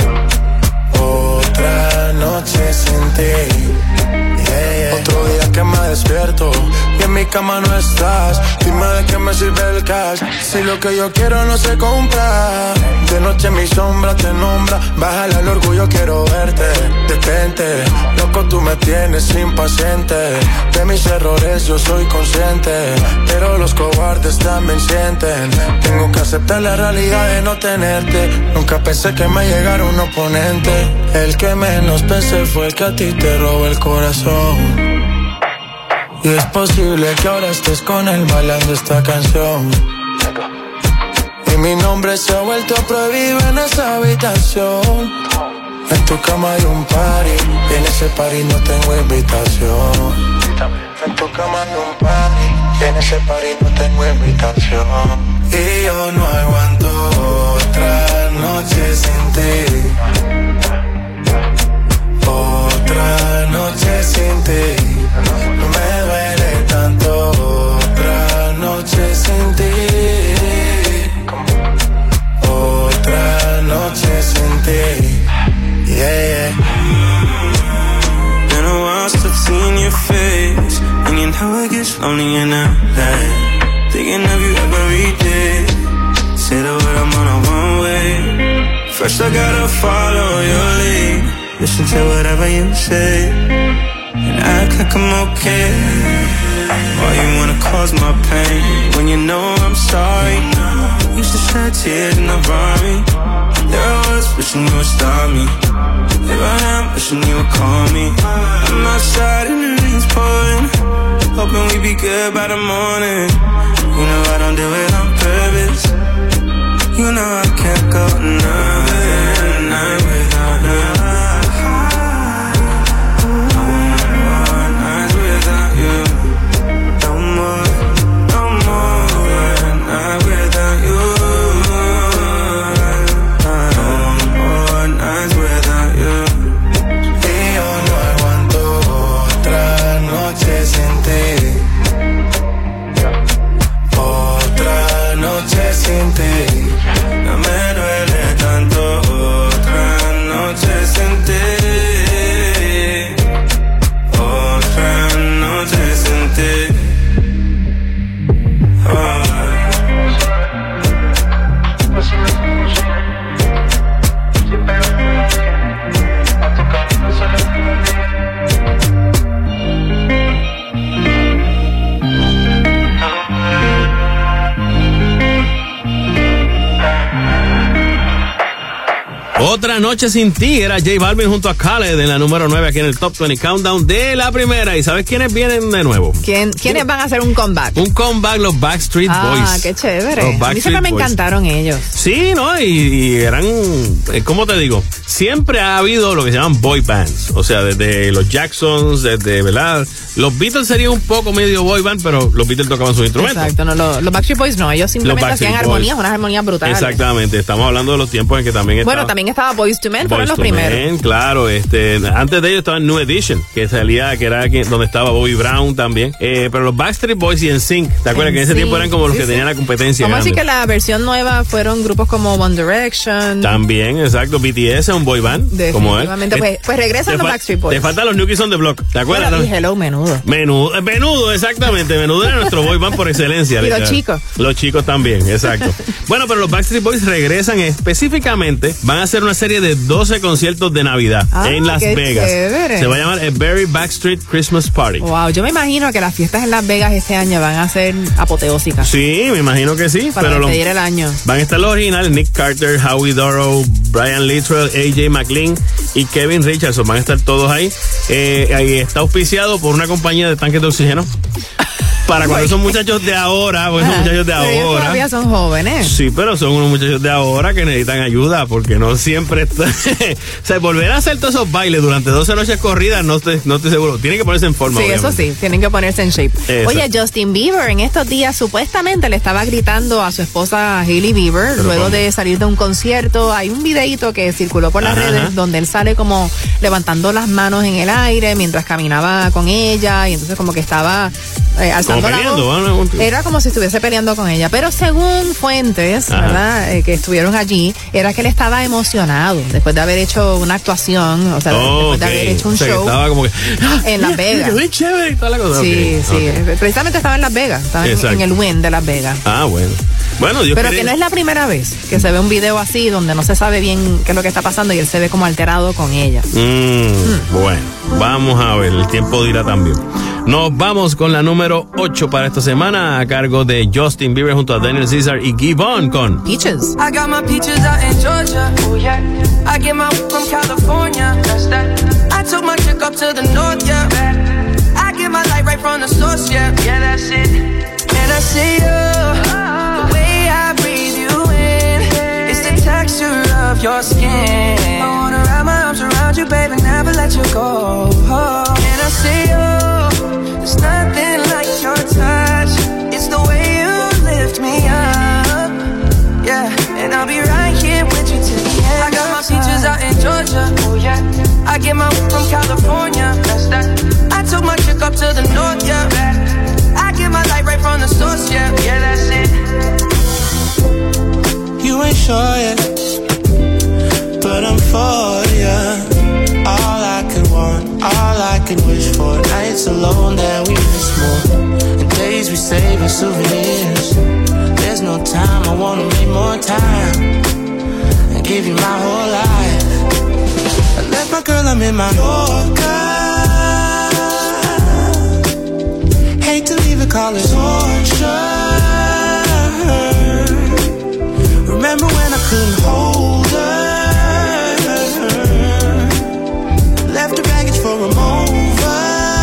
Otra noche sin ti. Yeah, yeah. Otro día que me despierto y en mi cama no estás. Dime de qué me sirve el cash si lo que yo quiero no se compra. De noche mi sombra te nombra. Bájale al orgullo, quiero verte. Detente, loco, tú me tienes impaciente. De mis errores yo soy consciente, pero los cobardes también sienten. Tengo que aceptar la realidad de no tenerte. Nunca pensé que me llegara un oponente. El que menos pensé fue el que a ti te robó el corazón. Y es posible que ahora estés con él bailando esta canción. Y mi nombre se ha vuelto prohibido en esa habitación. En tu cama hay un party, en ese party no tengo invitación. En tu cama hay un party, en ese party no tengo invitación. Y yo no aguanto otra noche sin ti. Otra noche sin ti. No me duele tanto. Otra noche sin ti. Otra noche sin ti. Yeah, yeah. Been a while since I've seen your face. Thinking how it gets lonely in L A. Thinking of you every day. Say the word, I'm on a one way. First I gotta follow your lead. Listen to whatever you say and act like I'm okay. Why you wanna cause my pain when you know I'm sorry? Used to shed tears in the army. There I was wishing you would stop me. Here I am wishing you would call me. I'm outside and the rain's pouring, hoping we be good by the morning. You know I don't do it on purpose. You know I can't go another night without you. Sin ti, no me duele tanto. Otra noche sin ti. Otra noche sin ti. Oh. Otra noche sin ti era J Balvin junto a Khaled en la número nueve aquí en el Top veinte Countdown de la primera. ¿Y sabes quiénes vienen de nuevo? ¿Quién, ¿Quiénes van a hacer un comeback? Un comeback, los Backstreet ah, Boys. Ah, qué chévere. Los a mí siempre me Boys. encantaron ellos. Sí, ¿no? Y, y eran, ¿cómo te digo? Siempre ha habido lo que se llaman boy bands. O sea, desde los Jacksons, desde, ¿verdad? Los Beatles serían un poco medio boy band, pero los Beatles tocaban sus instrumentos. Exacto, no, los, los Backstreet Boys no, ellos simplemente hacían armonías, unas armonías brutales. Exactamente, estamos hablando de los tiempos en que también estaba... Bueno, también estaba Boyz two Men, fueron Boyz los two primeros. Men, claro, este, antes de ellos estaba New Edition, que salía, que era aquí, donde estaba Bobby Brown también. Eh, pero los Backstreet Boys y N Sync, ¿te acuerdas? Que en ese tiempo eran como los sí, que sí. tenían la competencia. Vamos grande. a decir que la versión nueva fueron grupos como One Direction. También, exacto. B T S es un boy band, como él. Pues, pues regresan los Backstreet Boys. Te faltan los New Kids on the Block, ¿te acuerdas? Bueno, y Hello, Menudo. Menudo, menudo, exactamente. Menudo era nuestro boy band por excelencia. Y literal. los chicos. Los chicos también, exacto. Bueno, pero los Backstreet Boys regresan específicamente, van a hacer una serie de doce conciertos de Navidad ah, en Las Vegas. Chévere. Se va a llamar A Very Backstreet Christmas Party. Wow, yo me imagino que las fiestas en Las Vegas este año van a ser apoteósicas. Sí, me imagino que sí. Para pero despedir lo, el año. Van a estar los originales, Nick Carter, Howie Dorough, Brian Littrell, A J McLean y Kevin Richardson. Van a estar todos ahí. Eh, ahí está auspiciado por una compañía de tanques de oxígeno. Para cuando esos muchachos de ahora, pues esos muchachos de pero ellos ahora. todavía son jóvenes. Sí, pero son unos muchachos de ahora que necesitan ayuda porque no siempre está. O sea, volver a hacer todos esos bailes durante doce noches corridas, no estoy, no estoy seguro. Tienen que ponerse en forma. Sí, obviamente. eso sí, tienen que ponerse en shape. Eso. Oye, Justin Bieber en estos días supuestamente le estaba gritando a su esposa Hailey Bieber pero luego ¿cómo? de salir de un concierto. Hay un videíto que circuló por las ajá, redes ajá. donde él sale como levantando las manos en el aire mientras caminaba con ella y entonces como que estaba eh, alzando como peleando, la voz. Bueno, era como si estuviese peleando con ella, pero según fuentes, ajá. ¿verdad? Eh, que estuvieron allí, era que él estaba emocionado después de haber hecho una actuación, o sea, oh, después de okay. haber hecho un o sea, show estaba como que, ¡ah! en Las Vegas. Muy chévere, toda la cosa. Sí, okay. sí, okay. precisamente estaba en Las Vegas, estaba en, en el Wynn de Las Vegas. Ah, bueno. Bueno, Dios pero quiere... que no es la primera vez que se ve un video así donde no se sabe bien qué es lo que está pasando y él se ve como alterado con ella. Mm, mm. Bueno, vamos a ver, el tiempo dirá también. Nos vamos con la número ocho para esta semana a cargo de Justin Bieber junto a Daniel Caesar y Giveon con Peaches. I got my peaches out in Georgia. Oh yeah. I get my from California. That's that. I took my chick up to the north, yeah. I get my light right from the source, yeah. Yeah, that's it. And I see you, the way I breathe you in. let you go. And I see you, there's nothing like your touch. It's the way you lift me up, yeah. And I'll be right here with you till the end. I got my peaches out in Georgia, oh yeah. I get my weed from California, that's that. I took my chick up to the north, yeah. I get my light right from the source, yeah. Yeah, that's it. You ain't sure yet, but I'm for ya. All I could want, all I could wish for. Nights alone that we miss more, and days we save as souvenirs. There's no time, I wanna make more time and give you my whole life. I left my girl, I'm in my Yorker. Hate to leave it, call it torture. Remember when I couldn't hold her? Left her baggage for a mover.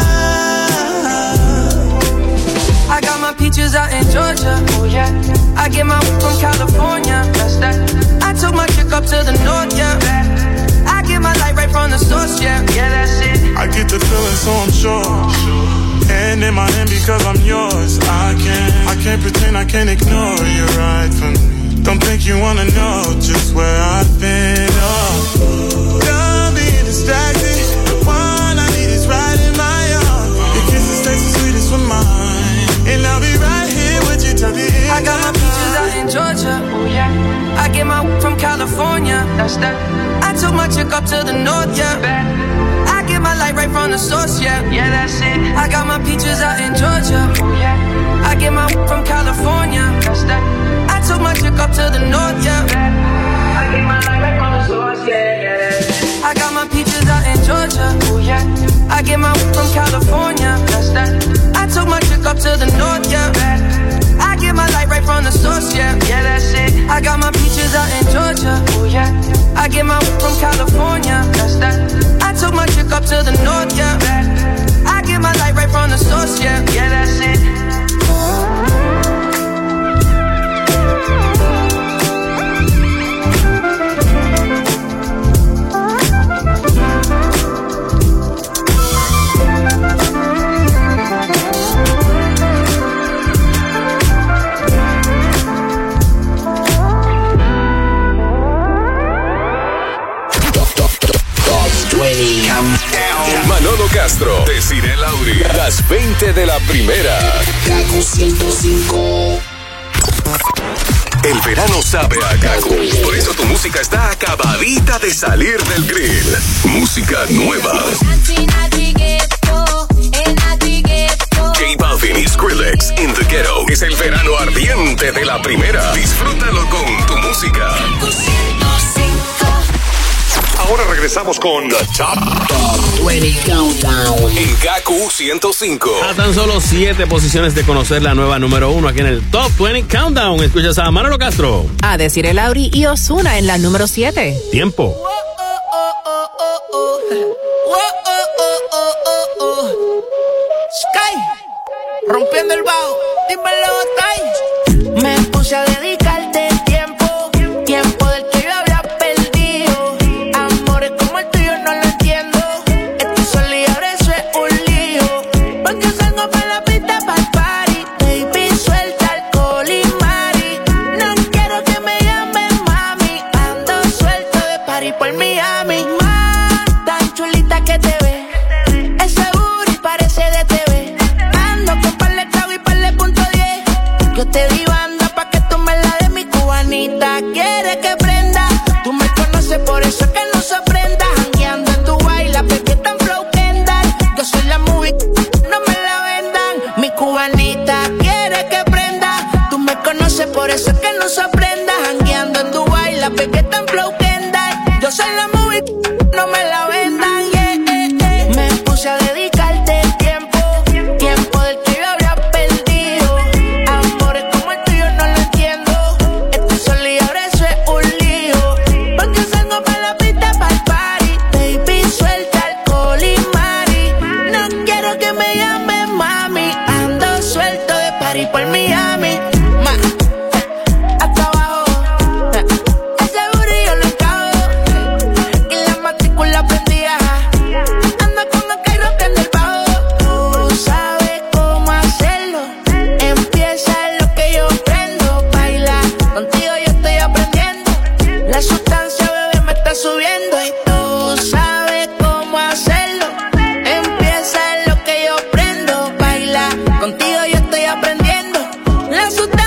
I got my peaches out in Georgia, oh yeah. I get my weed from California, that's that. I took my chick up to the north, yeah. I get my light right from the source, yeah. Yeah, that's it. I get the feeling, so I'm sure. And in my hand because I'm yours. I can't, I can't pretend, I can't ignore you right from me. Don't think you wanna know just where I've been. Oh, don't be distracted. The one I need is right in my arms. Your kisses taste the sweetest with mine, and I'll be right here with you till the end. I got my peaches out in Georgia, oh yeah. I get my weed from California, that's that. I took my chick up to the north, yeah. I get my light right from the source, yeah. Yeah, that's it. I got my peaches out in Georgia, oh yeah. I get my weed from California, that's that. I took my chick up to the north, yeah. I get my light right from the source, yeah, yeah, that's it. I got my peaches out in Georgia, oh yeah. I get my weed from California, that's that. I took my chick up to the north, yeah. I get my light right from the source, yeah. Yeah, that's it. I got my peaches out in Georgia, oh yeah. I get my weed from California, that's that. I took my chick up to the north, yeah. I get my light right from the source, yeah. Yeah, that's it. Manolo Castro, Desiree Lauri, las veinte de la primera. Kaku ciento cinco. El verano sabe a Kaku, por eso tu música está acabadita de salir del grill. Música nueva. J Balvin y Skrillex in the Ghetto es el verano ardiente de la primera. Disfrútalo con tu música. Ahora regresamos con The Top, Top veinte Countdown en Kaku ciento cinco. A tan solo siete posiciones de conocer la nueva número uno aquí en el Top veinte Countdown. Escuchas a Manolo Castro, a Desiree Lauri y Ozuna en la número siete. Tiempo. Sky, rompiendo el bajo, dímelo, Sky. Me puse a dedicarte tiempo, tiempo del que yo había perdido. Amores como el tuyo no lo entiendo. Estoy sola y ahora eso es un lío. Porque salgo para la pista para el party. Baby, suelta alcohol y mari. No quiero que me llamen mami. Ando suelto de party por Miami. Ma, tan chulita que te ves. Ese booty parece de T V. Ando con par de clavo y par de punto diez. Yo te di banda pa' que tú me la des. Mi cubanita quiere que prenda. Tú me conoces, por eso que no sorprenda. Jangueando en Dubai, la baby tan flow Kendall. Yo soy la movie, no me la vendan. Mi cubanita quiere que prenda. Tú me conoces, por eso que no sorprenda. Jangueando en Dubai, la baby tan flow Kendall. Yo soy la movie, no me la vendan. Yeah, yeah, yeah. Me puse a dedicarte tiempo, tiempo del que yo había perdido. Amores como el tuyo no lo entiendo. Estoy sola y ahora eso es un lío. Porque salgo para la pista para el party. Baby, suelta alcohol y mari. No quiero que me llamen mami. Ando suelto de party por Miami. Ma, hasta abajo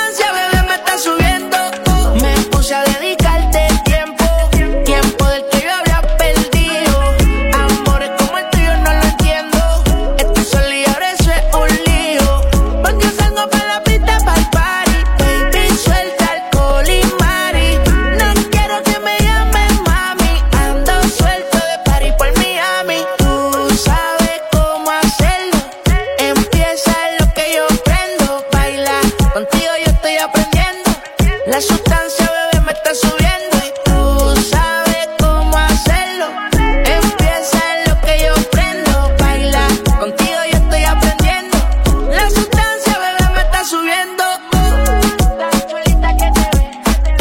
sustancia, bebé, me está subiendo. Me puse a dedicarte tiempo, tiempo del que yo había perdido. Amores como el tuyo no lo entiendo. Estoy sola y ahora eso es un lío. Porque yo salgo para la pista, para el party. Baby, suelta alcohol y mari. No quiero que me llamen mami. Ando suelto de party por Miami. Tú sabes cómo hacerlo. Empieza lo que yo prendo. Baila, contigo yo estoy aprendiendo. La sustancia, bebé, me está subiendo. Y tú sabes cómo hacerlo. Empieza lo que yo prendo. Baila, contigo yo estoy aprendiendo. La sustancia, bebé, me está subiendo. Tan chulita que te ves.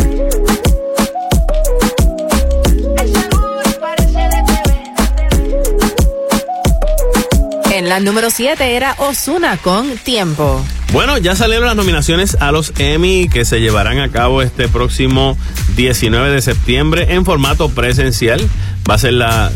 Esa nube parece de T V. En la número siete era Ozuna con Tiempo. Bueno, ya salieron las nominaciones a los Emmy que se llevarán a cabo este próximo diecinueve de septiembre en formato presencial. Va a ser la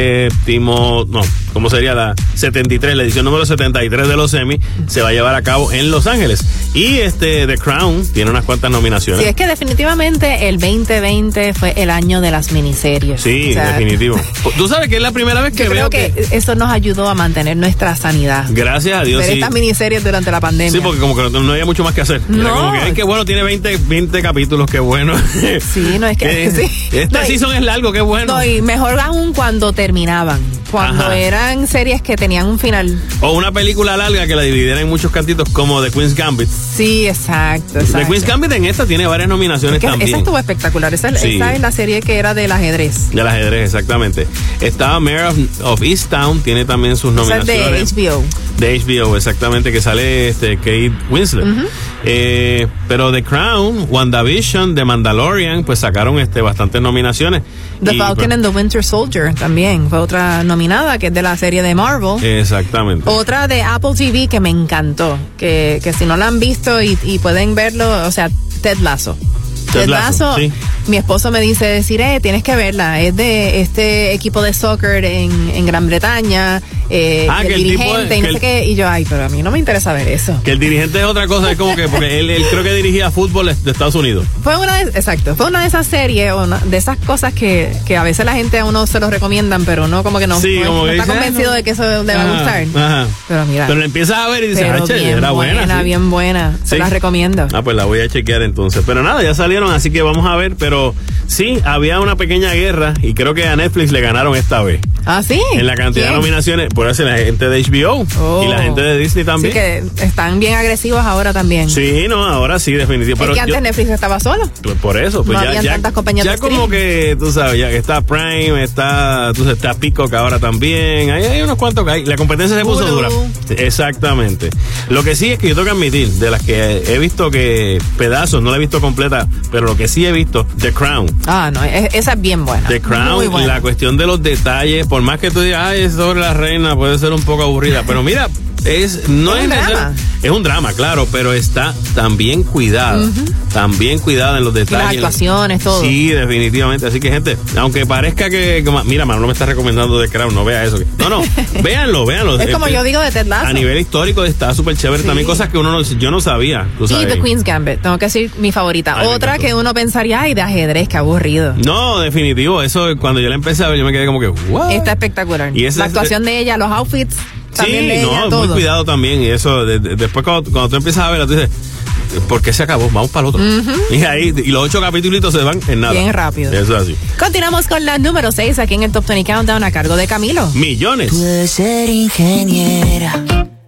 séptimo, no, ¿cómo sería? La setenta y tres, la edición número setenta y tres de los Emmy se va a llevar a cabo en Los Ángeles. Y este The Crown tiene unas cuantas nominaciones. Sí, es que definitivamente el veinte veinte fue el año de las miniseries. Sí, o sea, definitivo. Tú sabes que es la primera vez que yo veo creo que, que eso nos ayudó a mantener nuestra sanidad. Gracias a Dios, ver sí. estas miniseries durante la pandemia. Sí, porque como que no, no había mucho más que hacer. Era No. como que, ay, qué bueno, tiene veinte, veinte capítulos, qué bueno. Sí, no es que... sí. Este No, y- season es largo, qué bueno. No, y mejor aún cuando terminaban. Cuando Ajá. eran series que tenían un final. O una película larga que la dividiera en muchos cantitos como The Queen's Gambit. Sí, exacto, exacto. The Queen's Gambit en esta tiene varias nominaciones Que también. esa estuvo espectacular. Esa, Sí. esa es la serie que era del ajedrez. Del ajedrez, exactamente. Estaba Mayor of, of Easttown, tiene también sus Esa es nominaciones. de H B O. De H B O, exactamente, que sale este Kate Winslet. Ujú. eh, pero The Crown, WandaVision, The Mandalorian, pues sacaron este bastantes nominaciones. The Y, Falcon pues, and the Winter Soldier también fue otra nominada, que es de la serie de Marvel. Exactamente. Otra de Apple T V que me encantó, que, que si no la han visto y, y pueden verlo, o sea, Ted Lasso. Ted Ted Lasso, Lasso, sí. mi esposo me dice, decir, eh, tienes que verla, es de este equipo de soccer en, en Gran Bretaña, eh, Ah, el que el tipo dirigente de- y no que sé el- qué, y yo, ay, pero a mí no me interesa ver eso. Que el dirigente es otra cosa, es como que, porque él, él creo que dirigía fútbol de Estados Unidos. Fue una de, exacto, fue una de esas series, o una- de esas cosas que, que a veces la gente a uno se lo recomiendan, pero uno como que no, Sí, no- como no que está dice, convencido ah, de que eso le va a Ajá, gustar. Ajá. Pero mira. Pero la empiezas a ver y dices, Pero ah, che, bien era buena. buena, sí. bien buena. Se Sí. las recomiendo. Ah, pues la voy a chequear entonces. Pero nada, ya salieron, así que vamos a ver. Pero sí, había una pequeña guerra y creo que a Netflix le ganaron esta vez. Ah, sí. En la cantidad ¿Quién? de nominaciones, por eso la gente de H B O Oh. y la gente de Disney también. Sí, que están bien agresivos ahora también. Sí, no, ahora sí, definitivamente. Es Pero que antes yo- Netflix estaba solo. pues por eso, pues No ya, habían ya, tantas compañías ya de como que, tú sabes, ya está Prime, está, tú sabes, está Peacock ahora también. Hay, hay unos cuantos que hay. La competencia se puso Hulu. dura. Exactamente. Lo que sí es que yo tengo que admitir, de las que he visto que pedazos, no la he visto completa, pero lo que sí he visto, The Crown. Ah, no, es- esa es bien buena. The Crown, Muy buena. la cuestión de los detalles, por más que tú digas, ay, es sobre la reina, puede ser un poco aburrida, pero mira, es no Es es, un neces- drama. es un drama, claro, pero está tan bien cuidada, tan bien cuidada en los Y las detalles. actuaciones, todo. Sí, definitivamente. Así que, gente, aunque parezca que, que- mira, Manolo me está recomendando The Crown, no vea eso. No, no, véanlo, véanlo. Es como Eh, yo digo de Ted Lasso. A nivel histórico está súper chévere. Sí. También cosas que uno no, yo no sabía. Tú Y sabes. The Queen's Gambit, tengo que decir mi favorita. Ay, me Otra encantó. que uno pensaría, ay, de ajedrez, qué aburrido. No, definitivo. Eso, cuando yo la empecé a ver, yo me quedé como que, wow. Está espectacular. Y esa la es- actuación de ella, los outfits, también Sí, de ella, no, todo. muy cuidado también. Y eso, de- de- después cuando, cuando tú empiezas a verla, tú dices, ¿por qué se acabó? Vamos para el otro. Ujú. Y ahí, y los ocho capítulos se van en nada. Bien rápido. Eso es así. Continuamos con la número seis aquí en el Top veinte Countdown a cargo de Camilo. Millones. Tú debes ser ingeniera,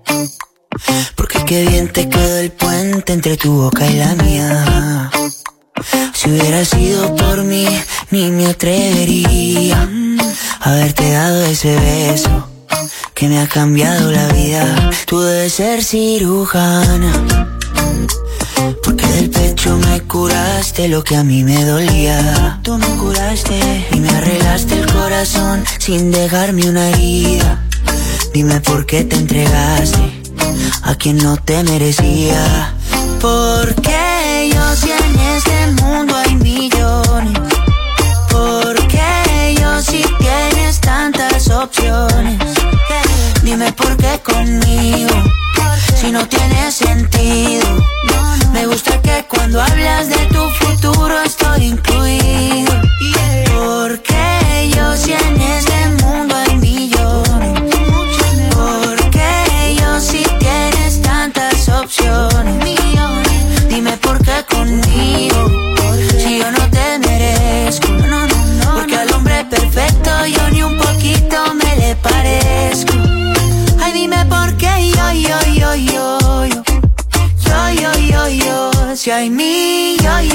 porque qué bien te quedó el puente entre tu boca y la mía. Si hubiera sido por mí, ni me atrevería a haberte dado ese beso que me ha cambiado la vida. Tú debes ser cirujana, porque del pecho me curaste lo que a mí me dolía. Tú me curaste y me arreglaste el corazón sin dejarme una herida. Dime por qué te entregaste a quien no te merecía. Porque yo si en este mundo hay millones. Porque yo si tienes tantas opciones. Dime por qué conmigo, si no tiene sentido. Me gusta que porque cuando hablas de tu futuro estoy incluido. Porque yo si en este mundo hay millones. Porque yo si tienes tantas opciones. Dime por qué conmigo, si yo no te merezco. Porque al hombre perfecto yo ni un poquito me le parezco. Ay, dime por qué yo, yo, yo, yo, yo. Yo, yo, yo, yo. Si hay millones,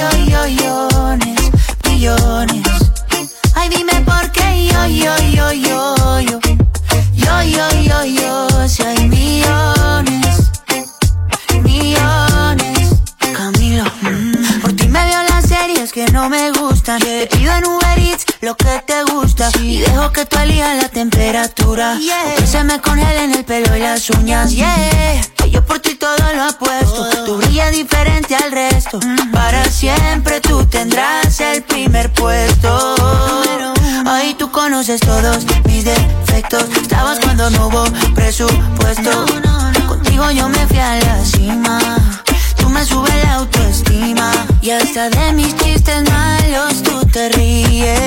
millones. Ay, dime por qué yo, yo, yo, yo, yo. Yo, yo, yo, yo. Si hay millones, millones. Camilo, mm. Por ti me veo las series que no me gustan. Te pido en Uber Eats lo que te gusta. Y dejo que tú elijas la temperatura. Yeah. Que se me congelen el pelo y las uñas. Yeah. Yo por ti todo lo apuesto. Tú brillas diferente al resto. Mm. Para siempre tú tendrás el primer puesto. Ay, tú conoces todos mis defectos. Estabas cuando no hubo presupuesto. No, no, no. Contigo yo me fui a la cima. Tú me subes la autoestima. Y hasta de mis chistes malos tú te ríes.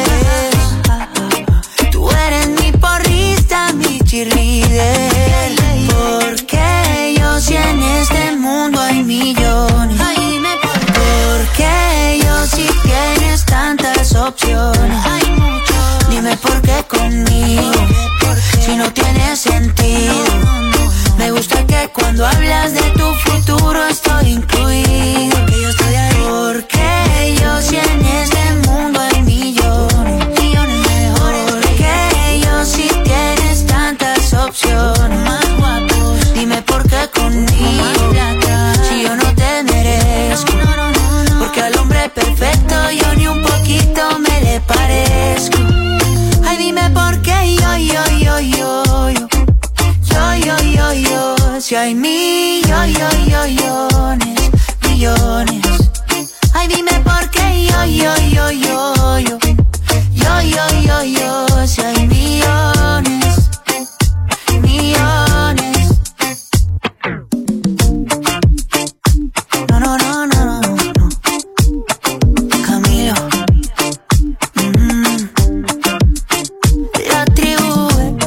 Tú eres mi porrista, mi cheerleader. Porque yo si en este mundo hay millones. Porque yo si tienes tantas opciones. Dime por qué conmigo, si no tiene sentido. Me gusta que cuando hablas de tu futuro estoy incluido. Que yo estoy ahí. Porque yo si en este mundo hay millones, millones mejores. Porque yo si tienes tantas opciones. Más guapos. Dime por qué conmigo, si yo no te merezco. Porque al hombre perfecto yo ni un poquito me le parezco. Ay, dime por qué yo, yo, yo, yo, yo. Yo, yo, yo, yo. Si hay millones, millones. Ay, dime por qué yo, yo, yo, yo, yo. Yo, yo, yo, yo. Si hay millones, millones. No, no, no, no, no, no. Camilo. Mm. La tribu.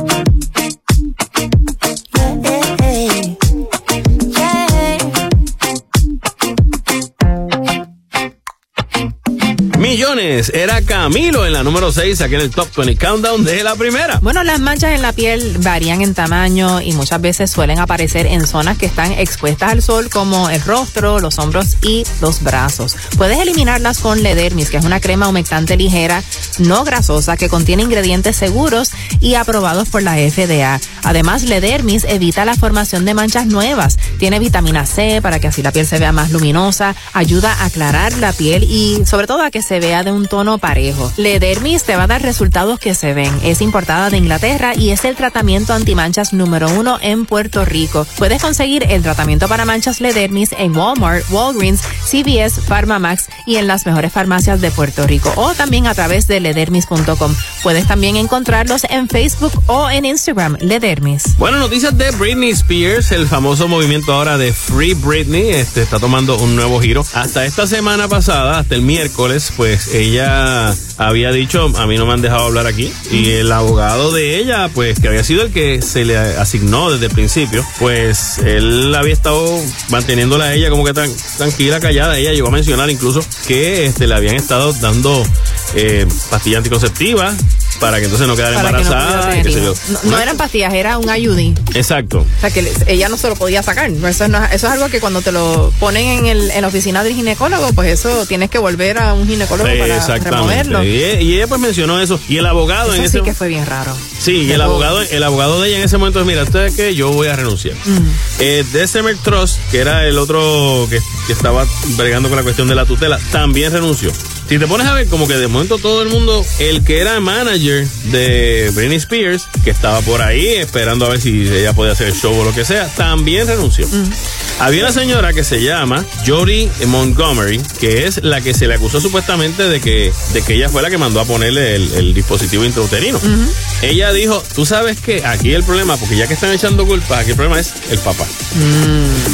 Millones, era Camilo en la número seis, aquí en el Top veinte Countdown de la primera. Bueno, las manchas en la piel varían en tamaño y muchas veces suelen aparecer en zonas que están expuestas al sol, como el rostro, los hombros y los brazos. Puedes eliminarlas con Ledermis, que es una crema humectante ligera, no grasosa, que contiene ingredientes seguros y aprobados por la F D A. Además, Ledermis evita la formación de manchas nuevas. Tiene vitamina C para que así la piel se vea más luminosa, ayuda a aclarar la piel y sobre todo a que se vea de un tono parejo. Ledermis te va a dar resultados que se ven. Es importada de Inglaterra y es el tratamiento antimanchas número uno en Puerto Rico. Puedes conseguir el tratamiento para manchas Ledermis en Walmart, Walgreens, C V S, PharmaMax y en las mejores farmacias de Puerto Rico, o también a través de ledermis punto com. Puedes también encontrarlos en Facebook o en Instagram, Ledermis. Bueno, noticias de Britney Spears. El famoso movimiento ahora de Free Britney este, está tomando un nuevo giro. Hasta esta semana pasada, hasta el miércoles, pues ella había dicho, a mí no me han dejado hablar aquí, y el abogado de ella, pues que había sido el que se le asignó desde el principio, pues él había estado manteniéndola a ella como que tan, tranquila, callada. Ella llegó a mencionar incluso que este, le habían estado dando eh, pastillas anticonceptivas para que entonces no quedara para embarazada. Que no, qué sé yo. No, no eran pastillas, era un I U D. Exacto. O sea, que ella no se lo podía sacar. Eso, no, eso es algo que cuando te lo ponen en, el, en la oficina del ginecólogo, pues eso tienes que volver a un ginecólogo sí, para removerlo. Y, y ella pues mencionó eso. Y el abogado eso en sí ese... que fue bien raro. Sí, y el abogado, el abogado de ella en ese momento es, mira, ¿usted qué? Yo voy a renunciar. Mm. Eh, December Trust, que era el otro que, que estaba bregando con la cuestión de la tutela, también renunció. Si te pones a ver, como que de momento todo el mundo, el que era manager de Britney Spears, que estaba por ahí esperando a ver si ella podía hacer el show o lo que sea, también renunció. Mm. Había una señora que se llama Jody Montgomery, que es la que se le acusó supuestamente de que, de que ella fue la que mandó a ponerle el, el dispositivo intrauterino. Mm-hmm. Ella dijo, tú sabes que aquí el problema, porque ya que están echando culpa, aquí el problema es el papá. Mm.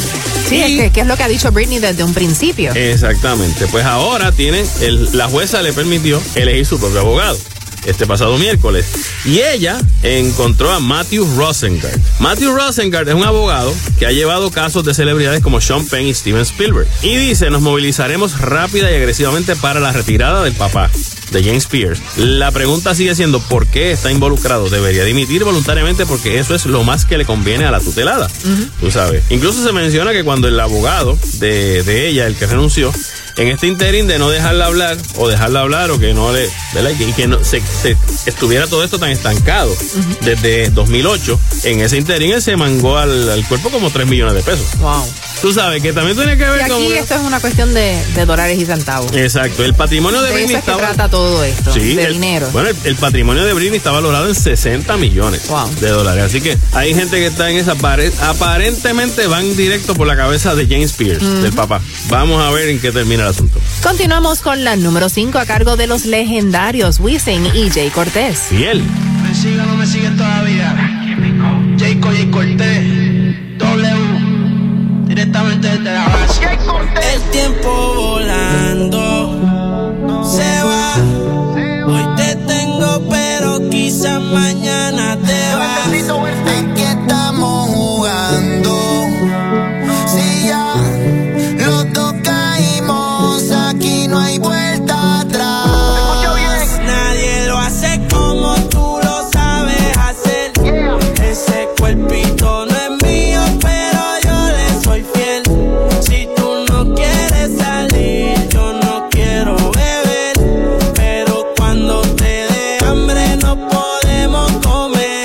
Sí, y, es que, que es lo que ha dicho Britney desde un principio. Exactamente. Pues ahora tiene, el, la jueza le permitió elegir su propio abogado este pasado miércoles. Y ella encontró a Matthew Rosengart. Matthew Rosengart es un abogado que ha llevado casos de celebridades como Sean Penn y Steven Spielberg. Y dice, nos movilizaremos rápida y agresivamente para la retirada del papá de James Spears. La pregunta sigue siendo ¿por qué está involucrado? Debería dimitir voluntariamente porque eso es lo más que le conviene a la tutelada. Uh-huh. Tú sabes. Incluso se menciona que cuando el abogado de, de ella, el que renunció, en este interín de no dejarla hablar o dejarla hablar o que no le, ¿verdad? Y que, y que no se, se estuviera todo esto tan estancado uh-huh. desde dos mil ocho, en ese interín él se mangó al, al cuerpo como tres millones de pesos. Wow. Tú sabes que también tiene que ver y aquí con... aquí esto es una cuestión de, de dólares y centavos. Exacto. El patrimonio de, de Britney eso es estaba... que trata todo esto, sí, de el, dinero. Bueno, el, el patrimonio de Britney está valorado en sesenta millones wow. de dólares. Así que hay gente que está en esa... Aparentemente van directo por la cabeza de James Spears, uh-huh. del papá. Vamos a ver en qué termina el asunto. Continuamos con la número cinco a cargo de los legendarios Wisin y Jay Cortés. Fiel. ¿Me siguen o no me siguen todavía? Jay Jay Cortés, W. Directamente desde la base. El tiempo volando se va. Hoy te tengo, pero quizás mañana te vas. Aquí estamos jugando. Si ya los dos caímos, aquí no hay vuelta atrás. Nadie lo hace como tú lo sabes hacer. Ese cuerpito no es mío, pero yo le soy fiel. Si tú no quieres salir, yo no quiero beber. Pero cuando te dé hambre no podemos comer.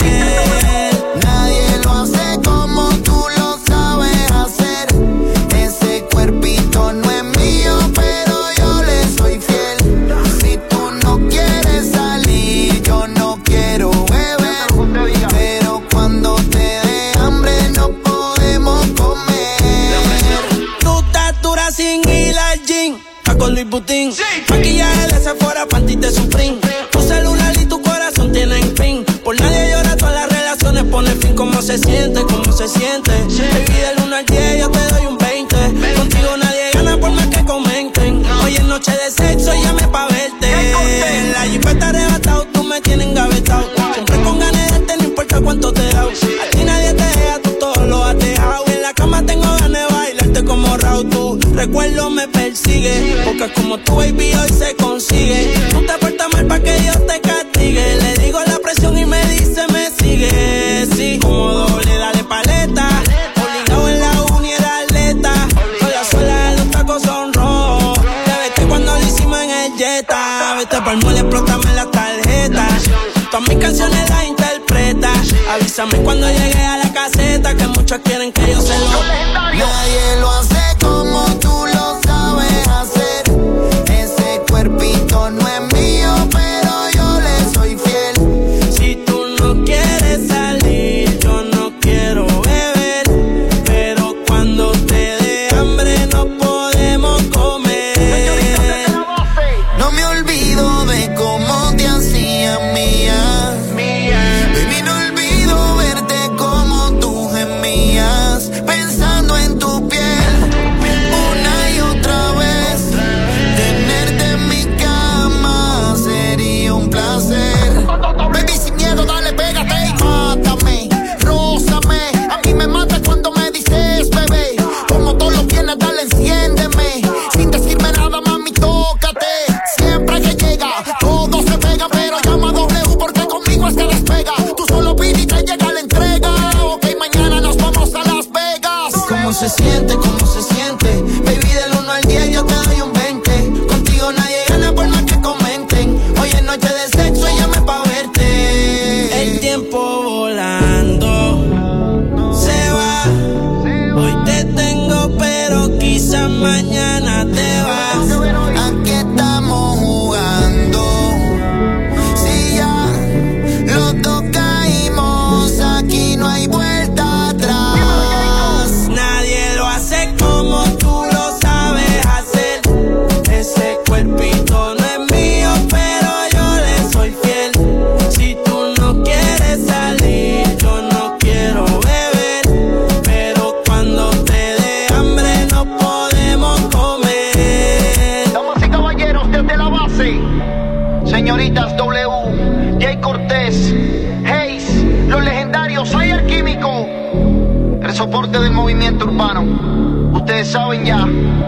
Nadie lo hace como tú lo sabes hacer. Ese cuerpito no es mío, pero yo le soy fiel. Si tú no quieres salir, yo no quiero beber. Pero cuando te dé hambre no podemos comer. Tu estatura sin ir al gym, está con Louis Vuitton. Maquillaje de Sephora, panty de Supreme. Tu celular y tu corazón tienen fin. Por nadie llora, todas las relaciones pone fin. ¿Cómo se siente? ¿Cómo se siente? Baby, del uno al diez yo te doy un veinte. Contigo nadie gana por más que comenten. Hoy es noche de sexo, llame pa' verte. La jipeta arrebatado, tú me tienes engavetado. Siempre con ganas de darte, no importa cuánto te da. A ti nadie te deja, tú todo lo has dejado. En la cama tengo ganas de bailarte como Raúl. Tu recuerdo me persigue, porque como tu baby hoy se consigue. Tú te portas mal pa' que Dios te castigue. Le digo la presión y me dice me sigue. Sí, como doble, dale paleta. Obligado en la uni era atleta. Con la suela de los tacos son rojos. Te vete cuando lo hicimos en el Jetta. Vete pa'l mole, explótame la tarjeta. Todas mis canciones las interpreta. Avísame cuando llegue a la caseta, que muchos quieren que yo se lo... Nadie lo hace como tú lo sabes hacer. Ese cuerpito no es mío, pero yo le soy fiel. Si tú no quieres salir, yo no quiero beber. Pero cuando te dé hambre no podemos comer. No me olvido de cómo te hacía mía. Baby, no olvido verte como tú gemías, pensando en tu piel. norte del movimiento urbano. Ustedes saben ya.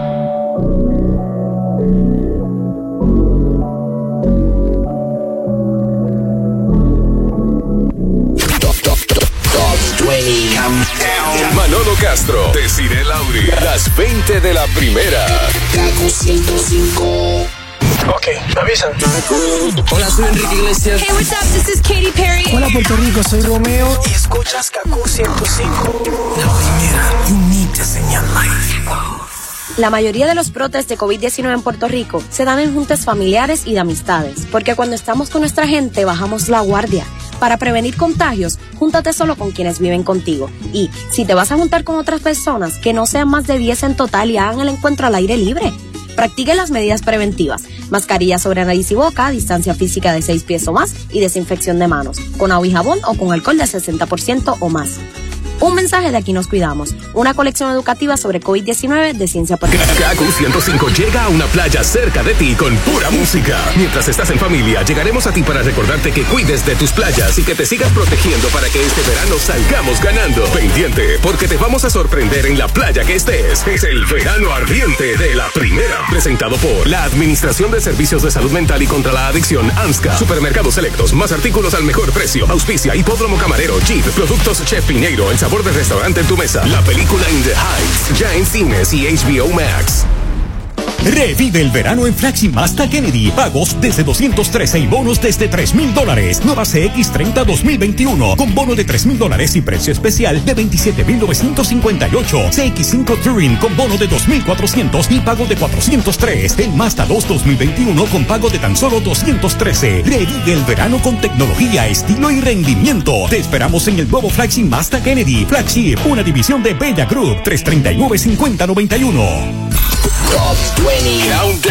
Manolo Castro, Desiree Lauri, las veinte de la primera. Kaku ciento cinco. Ok, me avisan. Hola, soy Enrique Iglesias. Hey, what's up? This is Katy Perry. Hola, Puerto Rico, soy Romeo. Y escuchas Kaku ciento cinco. La primera, you need to señal life. La mayoría de los brotes de COVID diecinueve en Puerto Rico se dan en juntas familiares y de amistades, porque cuando estamos con nuestra gente bajamos la guardia. Para prevenir contagios, júntate solo con quienes viven contigo. Y si te vas a juntar con otras personas, que no sean más de diez en total y hagan el encuentro al aire libre. Practiquen las medidas preventivas. Mascarilla sobre nariz y boca, distancia física de seis pies o más y desinfección de manos, con agua y jabón o con alcohol de sesenta por ciento o más. Un mensaje de Aquí Nos Cuidamos, una colección educativa sobre COVID diecinueve de Ciencia Política. Kaku ciento cinco llega a una playa cerca de ti con pura música. Mientras estás en familia, llegaremos a ti para recordarte que cuides de tus playas y que te sigas protegiendo para que este verano salgamos ganando. Pendiente, porque te vamos a sorprender en la playa que estés. Es el verano ardiente de la primera. Presentado por la Administración de Servicios de Salud Mental y contra la Adicción, ANSCA. Supermercados Selectos, más artículos al mejor precio. Auspicia, Hipódromo Camarero, Jeep, Productos Chef Piñeiro, el sabor de restaurante en tu mesa. La película In the Heights, ya en cines y H B O Max. Revive el verano en Flaxi Mazda Kennedy. Pagos desde doscientos trece y bonos desde tres mil dólares. Nueva C X treinta dos mil veintiuno con bono de tres mil dólares y precio especial de veintisiete mil novecientos cincuenta y ocho. C X cinco Touring con bono de dos mil cuatrocientos y pago de cuatrocientos tres. El Mazda dos dos mil veintiuno con pago de tan solo doscientos trece. Revive el verano con tecnología, estilo y rendimiento. Te esperamos en el nuevo Flaxi Mazda Kennedy. Flagship, una división de Bella Group. tres treinta y nueve, cincuenta noventa y uno. Top veinte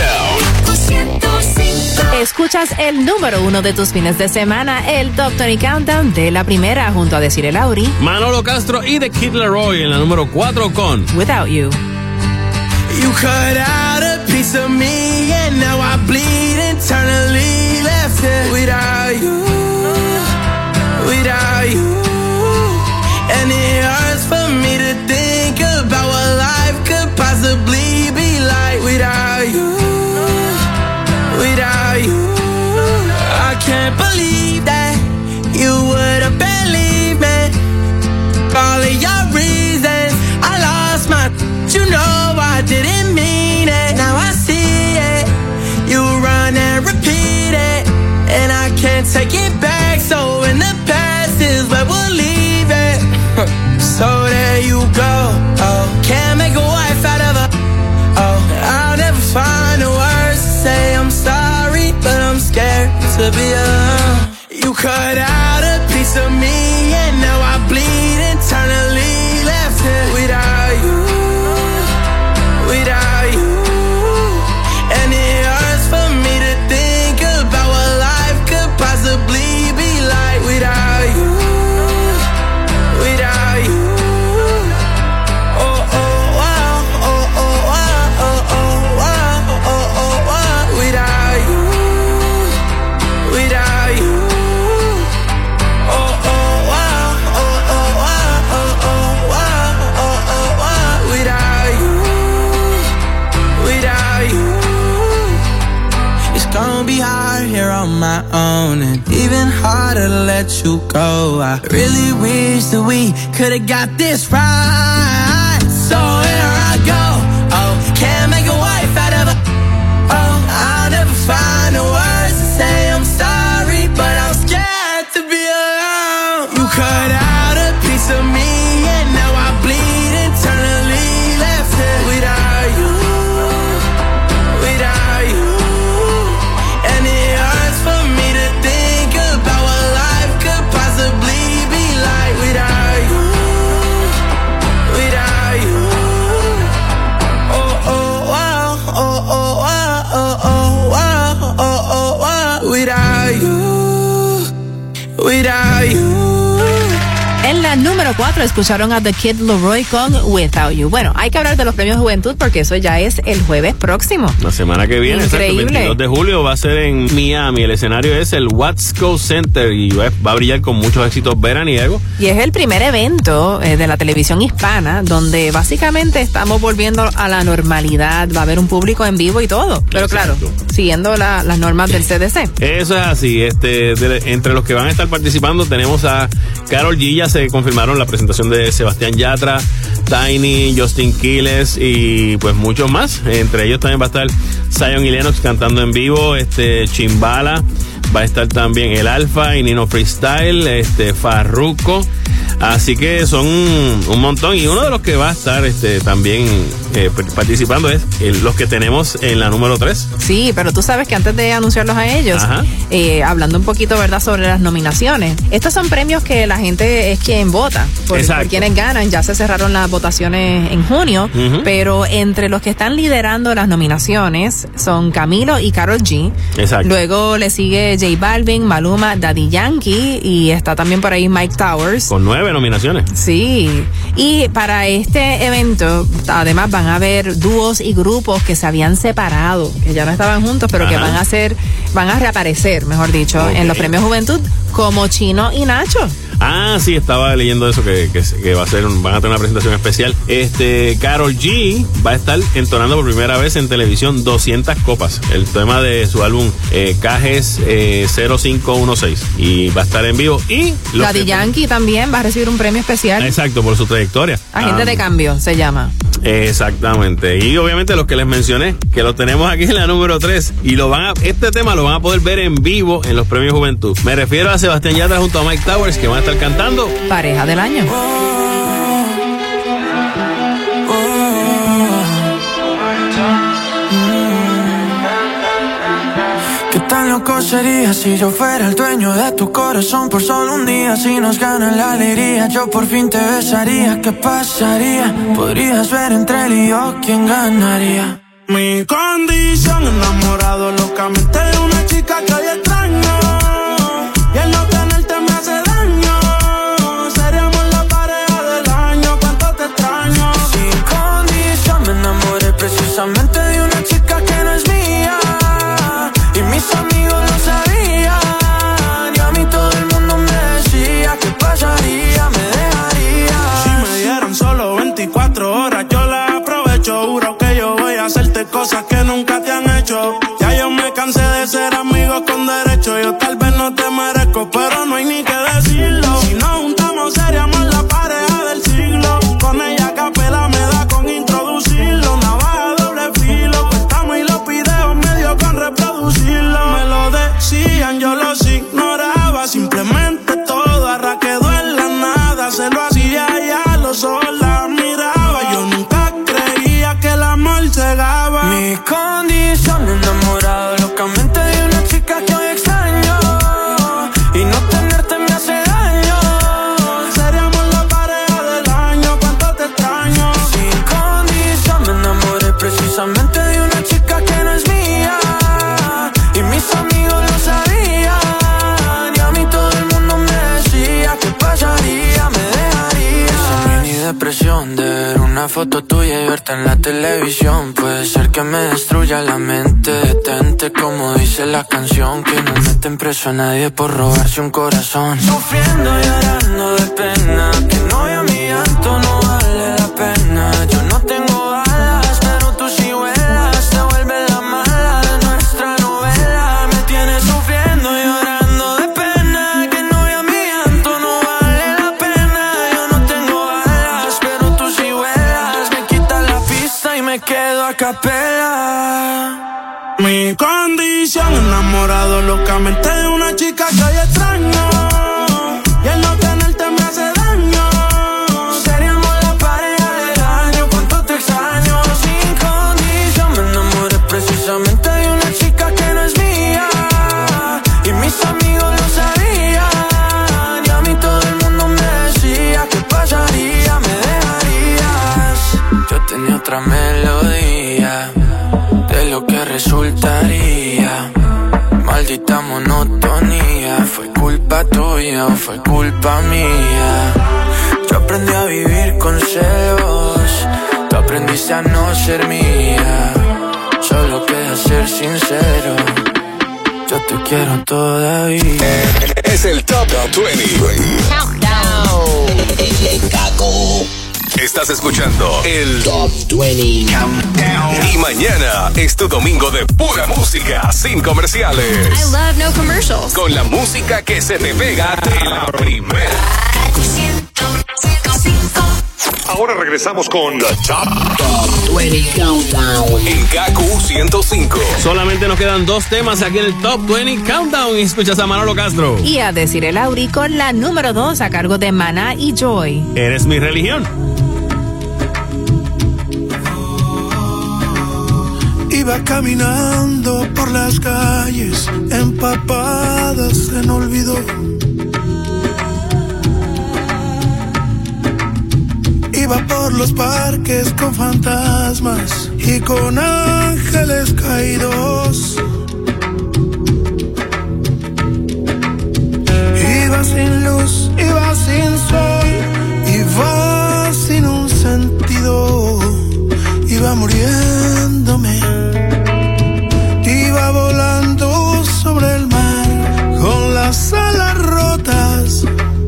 Countdown. Escuchas el número uno de tus fines de semana, el Top veinte Countdown de la primera, junto a Desiree Lauri, Manolo Castro y The Kid Laroi en la número cuatro con Without You. You cut out a piece of me and now I bleed internally left it without you, without you. And it hurts for me to think about what life could possibly be like without you, without you. I can't believe that you would have believed me. All of your reasons, I lost my, you know I didn't mean it. Now I see it, you run and repeat it, and I can't take it back. So in the past is where we'll leave it. So there you go. Oh, can't make a wife out of her. Oh, I'll never find the words to say I'm sorry, but I'm scared to be alone. You cut out a piece of me and now I bleed internally left it without you, without you. And it hurts for me to think about what life could possibly be like without you, without you. Oh, oh, wow, oh, oh, wow, oh, oh, wow, oh, oh, wow, without you, without you. Oh, oh, wow, oh, oh, wow, oh, oh, wow, oh, oh, wow, without you, without you. It's gonna be hard here on my own and even harder to let you go. I really wish that we could've got this right. So here I go. Oh, can't make a wife out of her. Oh, I'll never find the words to say I'm sorry, but I'm scared to be alone. You cut out a piece of me and now I bleed internally left it without you, without you. And it hurts for me to think about what life could possibly be like without you, without you. Oh, oh, wow, oh, oh, wow, oh, oh, wow, oh, oh, wow, without you, without you. En la la número cuatro escucharon a The Kid Laroi con Without You. Bueno, hay que hablar de los premios Juventud porque eso ya es el jueves próximo. La semana que viene, increíble. Exacto, el veintidós de julio va a ser en Miami. El escenario es el Watsco Center y va a brillar con muchos éxitos veraniegos. Y es el primer evento eh, de la televisión hispana donde básicamente estamos volviendo a la normalidad. Va a haber un público en vivo y todo. Pero Exacto. claro, siguiendo la, las normas del C D C. Eso es así. Este, de, entre los que van a estar participando tenemos a Karol G. Ya se confirmaron la presentación de Sebastián Yatra, Tiny, Justin Quiles y pues muchos más. Entre ellos también va a estar Zion y Lennox cantando en vivo, este Chimbala, va a estar también el Alfa y Nino Freestyle, este Farruko. Así que son un montón y uno de los que va a estar este también eh, participando es el, los que tenemos en la número tres. Sí, pero tú sabes que antes de anunciarlos a ellos, eh, hablando un poquito, ¿verdad?, sobre las nominaciones, estos son premios que la gente es quien vota por, por quienes ganan. Ya se cerraron las votaciones en junio, uh-huh. pero entre los que están liderando las nominaciones son Camilo y Karol G. Exacto. Luego le sigue J Balvin, Maluma, Daddy Yankee y está también por ahí Mike Towers. Con nueve nominaciones. Sí, y para este evento además van a haber dúos y grupos que se habían separado, que ya no estaban juntos, pero Ajá. que van a ser, van a reaparecer, mejor dicho, okay. en los premios Juventud, como Chino y Nacho. Ah, sí, estaba leyendo eso, que, que, que va a ser, van a tener una presentación especial. Este, Karol G va a estar entonando por primera vez en televisión doscientas copas, el tema de su álbum eh, Cajes eh, cero cinco uno seis, y va a estar en vivo. Y Daddy Yankee también va a recibir un premio especial. Exacto, por su trayectoria. Agente um, de cambio se llama. Exactamente. Y obviamente los que les mencioné, que lo tenemos aquí en la número tres, y lo van a, este tema lo van a poder ver en vivo en los premios Juventud. Me refiero a Sebastián Yatra junto a Mike Towers, que van a estar cantando Pareja del Año. ¿Qué tan loco sería si yo fuera el dueño de tu corazón por solo un día? Si nos gana la alegría, yo por fin te besaría. ¿Qué pasaría? Podrías ver entre él y yo quién ganaría. Mi condición, enamorado locamente de una chica que hoy extraño. Y el no tenerte me hace daño. Seríamos la pareja del año, cuánto te extraño. Sin condición me enamoré precisamente de una chica que no es mía. Y mis amigos lo sabían. Y a mí todo el mundo me decía ¿qué pasaría? Me dejaría. Si me dieran solo veinticuatro horas yo las aprovecho. Juro que yo voy a hacerte cosas que nunca te han hecho. Ya yo me cansé de ser amigos con derecho. Yo tal vez no te merezco, pero no hay ni que decirlo. Si nos juntamos seríamos la pareja del siglo. Con ella a capela me da con introducirlo. Navaja doble filo, cortamos y los videos medio con reproducirlo. Me lo decían, yo los ignoraba. Simplemente todo arraquedó en la nada. Se lo hacía y a los ojos la miraba. Yo nunca creía que el amor cegaba. Mi condición, enamorado locamente de una chica que hoy extraño. Y no tenerte me hace daño. Seríamos la pareja del año, cuánto te extraño. Sin condición me enamoré precisamente de una chica que no es mía. Y mis amigos lo sabían. Y a mí todo el mundo me decía ¿qué pasaría? Me dejaría. Esa mini depresión de ver una foto tuya y verte en la televisión puede ser que me destruya la mente. Detente como dice la canción, que no meten preso a nadie por robarse un corazón. Sufriendo y llorando de pena, que no vea mi llanto, no vale la pena. Yo no tengo alas, pero tú sí vuelas. Te vuelves la mala de nuestra novela. Me tienes sufriendo y llorando de pena, que no vea mi llanto, no vale la pena. Yo no tengo alas, pero tú sí vuelas. Me quitas la pista y me quedo a capela. Mi condición, enamorado locamente de una chica que hoy extraño. Y el no tenerte me hace daño. Seríamos la pareja del año, cuánto te extraño. Sin condición me enamoré precisamente de una chica que no es mía. Y mis amigos lo sabían. Y a mí todo el mundo me decía ¿qué pasaría? Me dejarías. Yo tenía otra melodía de lo que resultaría. Maldita monotonía. ¿Fue culpa tuya o fue culpa mía? Yo aprendí a vivir con celos. Tú aprendiste a no ser mía. Solo queda ser sincero. Yo te quiero todavía. Es el Top veinte. Countdown. Estás escuchando el Top veinte Countdown. Y mañana es tu domingo de pura música, sin comerciales. I love no commercials. Con la música que se te pega de la primera. Ahora regresamos con The Top, Top veinte Countdown en K Q ciento cinco. Solamente nos quedan dos temas aquí en el Top veinte Countdown. Y escuchas a Manolo Castro y a Desiree Lauri con la número dos a cargo de Maná y Joy. Eres mi religión. Iba caminando por las calles empapadas en olvido. Iba por los parques con fantasmas y con ángeles caídos. Iba sin luz, iba sin sol, iba sin un sentido. Iba muriéndome, iba volando sobre el mar con las alas rotas.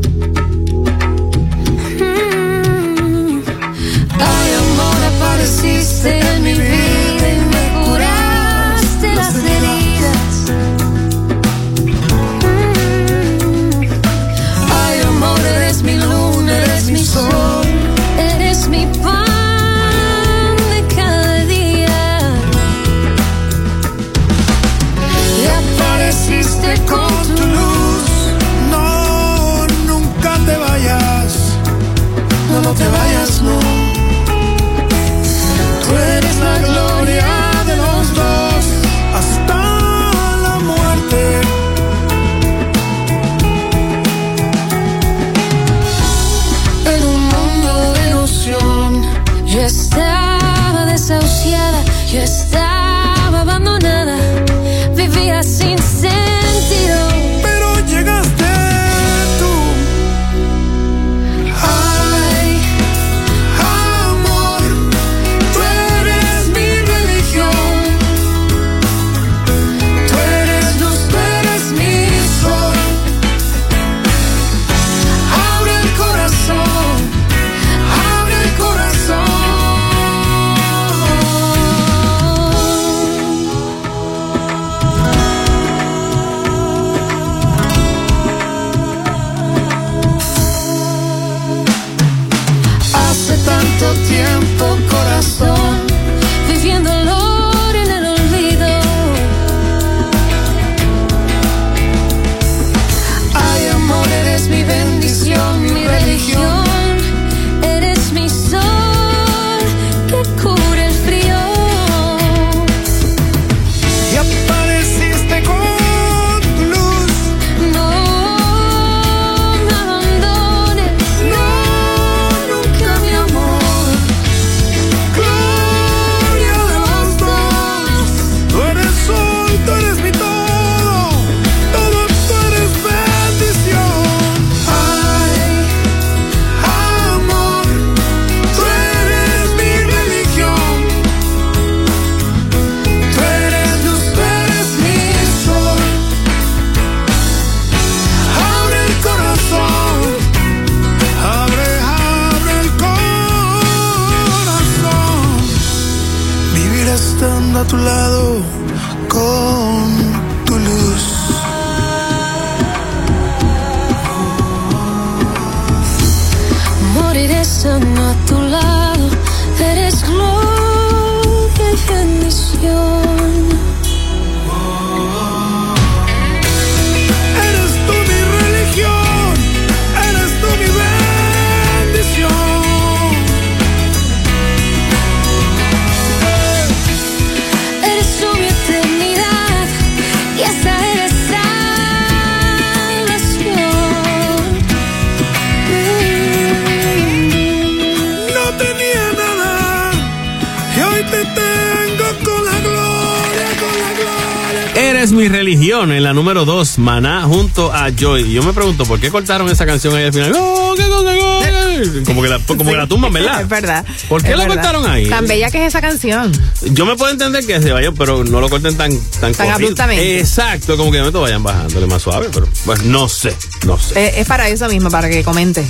Apareciste en mi vida y me curaste las heridas. Ay, amor, eres mi luna, eres mi sol, eres mi pan de cada día. Y apareciste con tu luz. No, nunca te vayas. No, no te vayas, no. Tú eres la gloria de los dos hasta la muerte. En un mundo de ilusión, yo estaba desahuciada, yo estaba abandonada, vivía sin sentido. Pero llegaste tú. Ay, ay. Eres mi religión en la número dos, Maná junto a Joy. Y yo me pregunto, ¿por qué cortaron esa canción ahí al final? Oh, ¿qué cosa, qué? Como que la, como sí, que la tumban, ¿verdad? Es verdad. ¿Por qué es lo verdad. cortaron ahí? Tan bella que es esa canción. Yo me puedo entender que se vaya, pero no lo corten tan tan, tan abruptamente. Exacto, como que de momento vayan bajándole más suave, pero pues no sé, no sé. Eh, es para eso mismo, para que comente.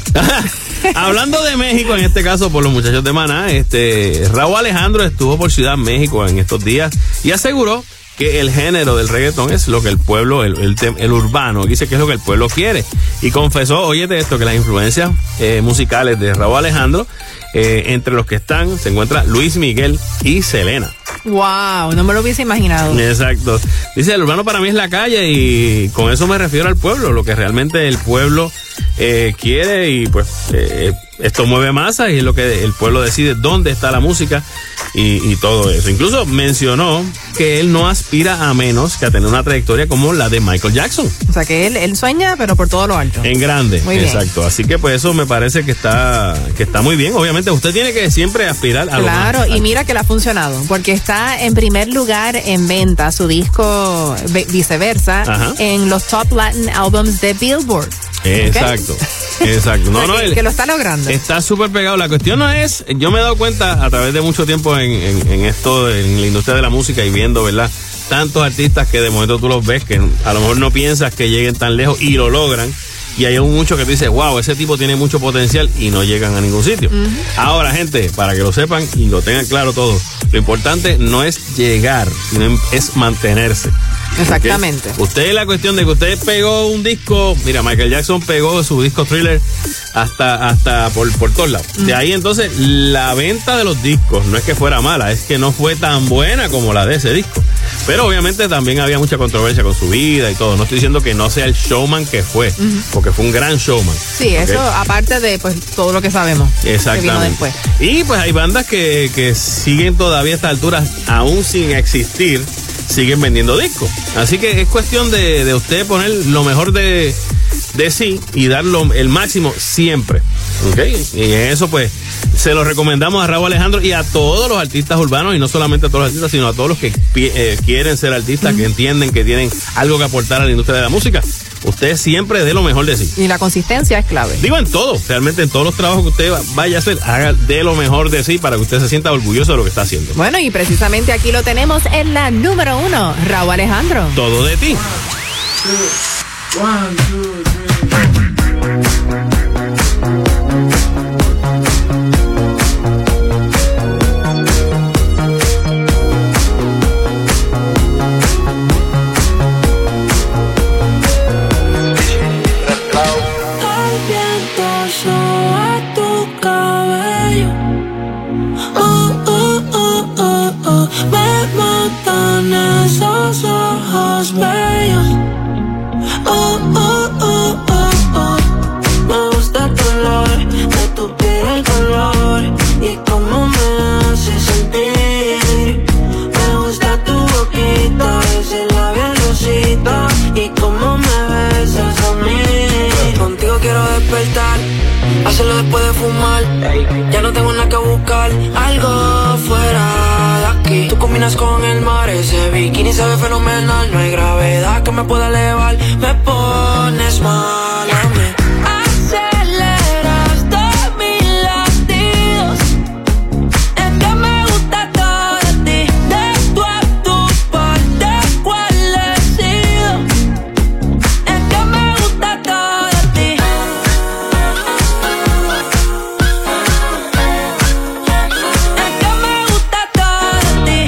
Hablando de México, en este caso por los muchachos de Maná, este Raúl Alejandro estuvo por Ciudad México en estos días y aseguró que el género del reggaetón es lo que el pueblo, el, el, el urbano, dice que es lo que el pueblo quiere. Y confesó, óyete esto, que las influencias eh, musicales de Raúl Alejandro, eh, entre los que están, se encuentra Luis Miguel y Selena. Wow, no me lo hubiese imaginado. Exacto. Dice, el urbano para mí es la calle y con eso me refiero al pueblo, lo que realmente el pueblo eh, quiere y pues eh, esto mueve masas y es lo que el pueblo decide dónde está la música y, y todo eso. Incluso mencionó que él no aspira a menos que a tener una trayectoria como la de Michael Jackson. O sea que él, él sueña, pero por todo lo alto. En grande, muy bien. Exacto. Así que pues eso me parece que está, que está muy bien. Obviamente usted tiene que siempre aspirar a claro, lo más. Claro, y mira que le ha funcionado, porque está en primer lugar en venta su disco Viceversa. Ajá. En los Top Latin Albums de Billboard. Exacto, okay. Exacto. No, no, que, él que lo está logrando. Está súper pegado. La cuestión no es, yo me he dado cuenta a través de mucho tiempo en, en, en esto, en la industria de la música y viendo, ¿verdad? Tantos artistas que de momento tú los ves que a lo mejor no piensas que lleguen tan lejos y lo logran. Y hay muchos que tú dices, wow, ese tipo tiene mucho potencial y no llegan a ningún sitio. Uh-huh. Ahora, gente, para que lo sepan y lo tengan claro todo, lo importante no es llegar, sino es mantenerse. Exactamente. ¿Okay? Usted, la cuestión de que usted pegó un disco, mira, Michael Jackson pegó su disco Thriller hasta, hasta por, por todos lados. Uh-huh. De ahí entonces, la venta de los discos no es que fuera mala, es que no fue tan buena como la de ese disco. Pero obviamente también había mucha controversia con su vida y todo. No estoy diciendo que no sea el showman que fue, uh-huh. porque fue un gran showman. Sí, ¿okay? Eso aparte de pues todo lo que sabemos. Exactamente. Que vino después. Y pues hay bandas que, que siguen todavía a esta altura, aún sin existir, siguen vendiendo discos. Así que es cuestión de, de usted poner lo mejor de, de sí y dar lo, el máximo siempre. ¿Okay? Y en eso pues se lo recomendamos a Raúl Alejandro y a todos los artistas urbanos, y no solamente a todos los artistas, sino a todos los que eh, quieren ser artistas, mm. que entienden que tienen algo que aportar a la industria de la música. Usted siempre dé lo mejor de sí. Y la consistencia es clave. Digo, en todo, realmente en todos los trabajos que usted vaya a hacer, haga de lo mejor de sí para que usted se sienta orgulloso de lo que está haciendo. Bueno, y precisamente aquí lo tenemos en la número uno, Raúl Alejandro. Todo de ti. One, two, three. Esos ojos bellos, oh, oh, oh, oh, oh. Me gusta el color de tu piel, el color y cómo me hace sentir. Me gusta tu boquita, ese labial rosita y cómo me besas a mí. Contigo quiero despertar, hacerlo después de fumar. Ya no tengo nada que buscar, algo fuera de aquí. Tú combinas con el mar, ese bikini se ve fenomenal. No hay gravedad que me pueda elevar. Me pones mal a mí. Aceleras todos mis latidos. Es que me gusta todo de ti. De tu a tu parte, ¿cuál he sido? Es que me gusta todo de ti. Es que me gusta todo de ti.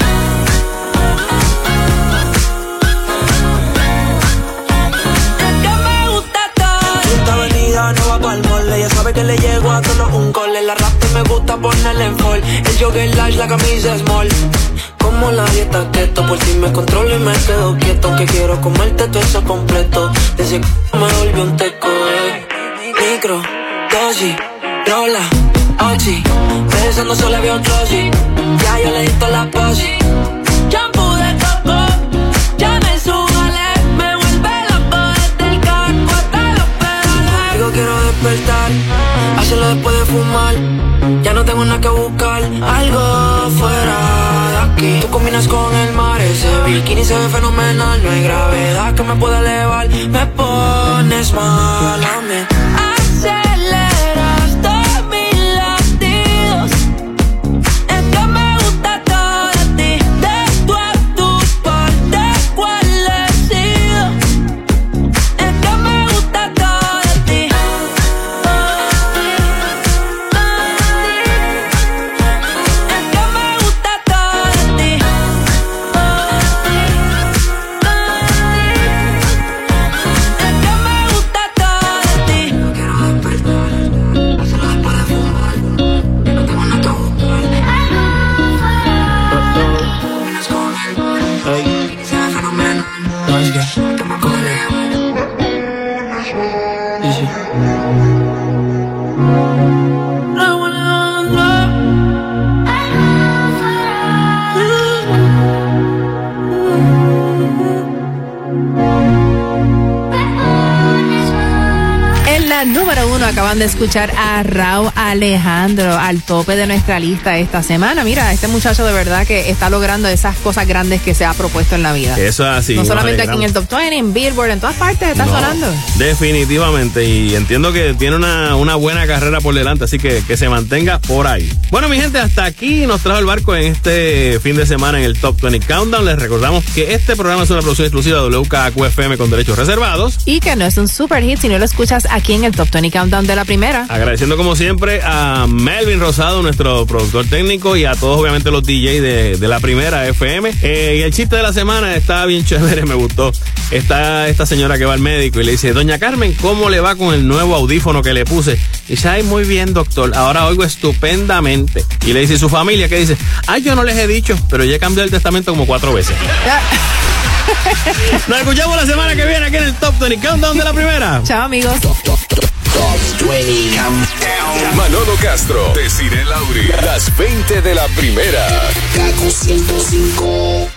Es que me gusta todo de ti. Esta avenida no va pa'l mole. Ya sabe que le llego a todos un gol. La rap me gusta ponerle en fall. El jogger large, la camisa small. Como la dieta keto, por si me controlo y me quedo quieto. Que quiero comerte todo eso completo. Desde que me volvió un teco, eh. Micro, dosis, rola, oxi. Besando solo había un trozi. Ya yo le di toda la posi. Shampoo de coco, ya me subale. Me vuelve loco desde el carro hasta los pedales. Digo quiero despertar, hacerlo después de fumar. Ya no tengo nada que buscar, algo fuera de aquí. Tú combinas con el mar, ese bikini se ve fenomenal, no hay gravedad que me pueda elevar. Me pones mal a mí. Aceleras mis latidos. Es que me gusta todo de ti. De tu a tu parte, ¿cuál he sido? Es que me gusta todo de ti. Es que me gusta todo de ti. Es que me gusta todo de ti. No quiero despertar, solo después de fumar. Yo no te van a tocar. Vienes con él, se ve fenomenal. Que me corre. I wanna En la número uno acaban de escuchar a Rauw Alejandro al tope de nuestra lista esta semana. Mira, este muchacho de verdad que está logrando esas cosas grandes que se ha propuesto en la vida. Eso es así. No solamente aquí alegramos. en el Top veinte, en Billboard, en todas partes está No, sonando. Definitivamente, y entiendo que tiene una, una buena carrera por delante, así que que se mantenga por ahí. Bueno, mi gente, hasta aquí nos trajo el barco en este fin de semana en el Top veinte Countdown. Les recordamos que este programa es una producción exclusiva de W K Q F M con derechos reservados. Y que no es un super hit si no lo escuchas aquí en el Top veinte Countdown de la primera. Agradeciendo como siempre a Melvin Rosado, nuestro productor técnico, y a todos obviamente los D J de, de la primera F M. Eh, y el chiste de la semana está bien chévere, me gustó. Está esta señora que va al médico y le dice: doña Carmen, ¿cómo le va con el nuevo audífono que le puse? Y dice: ay, muy bien, doctor, ahora oigo estupendamente. Y le dice: ¿y su familia qué dice? Ay, yo no les he dicho, pero ya he cambiado el testamento como cuatro veces. Nos escuchamos la semana que viene aquí en el Top veinte Countdown de la primera. Chao, amigos. Manolo Castro, Desiree Lauri, las veinte de la primera. Kaku ciento cinco.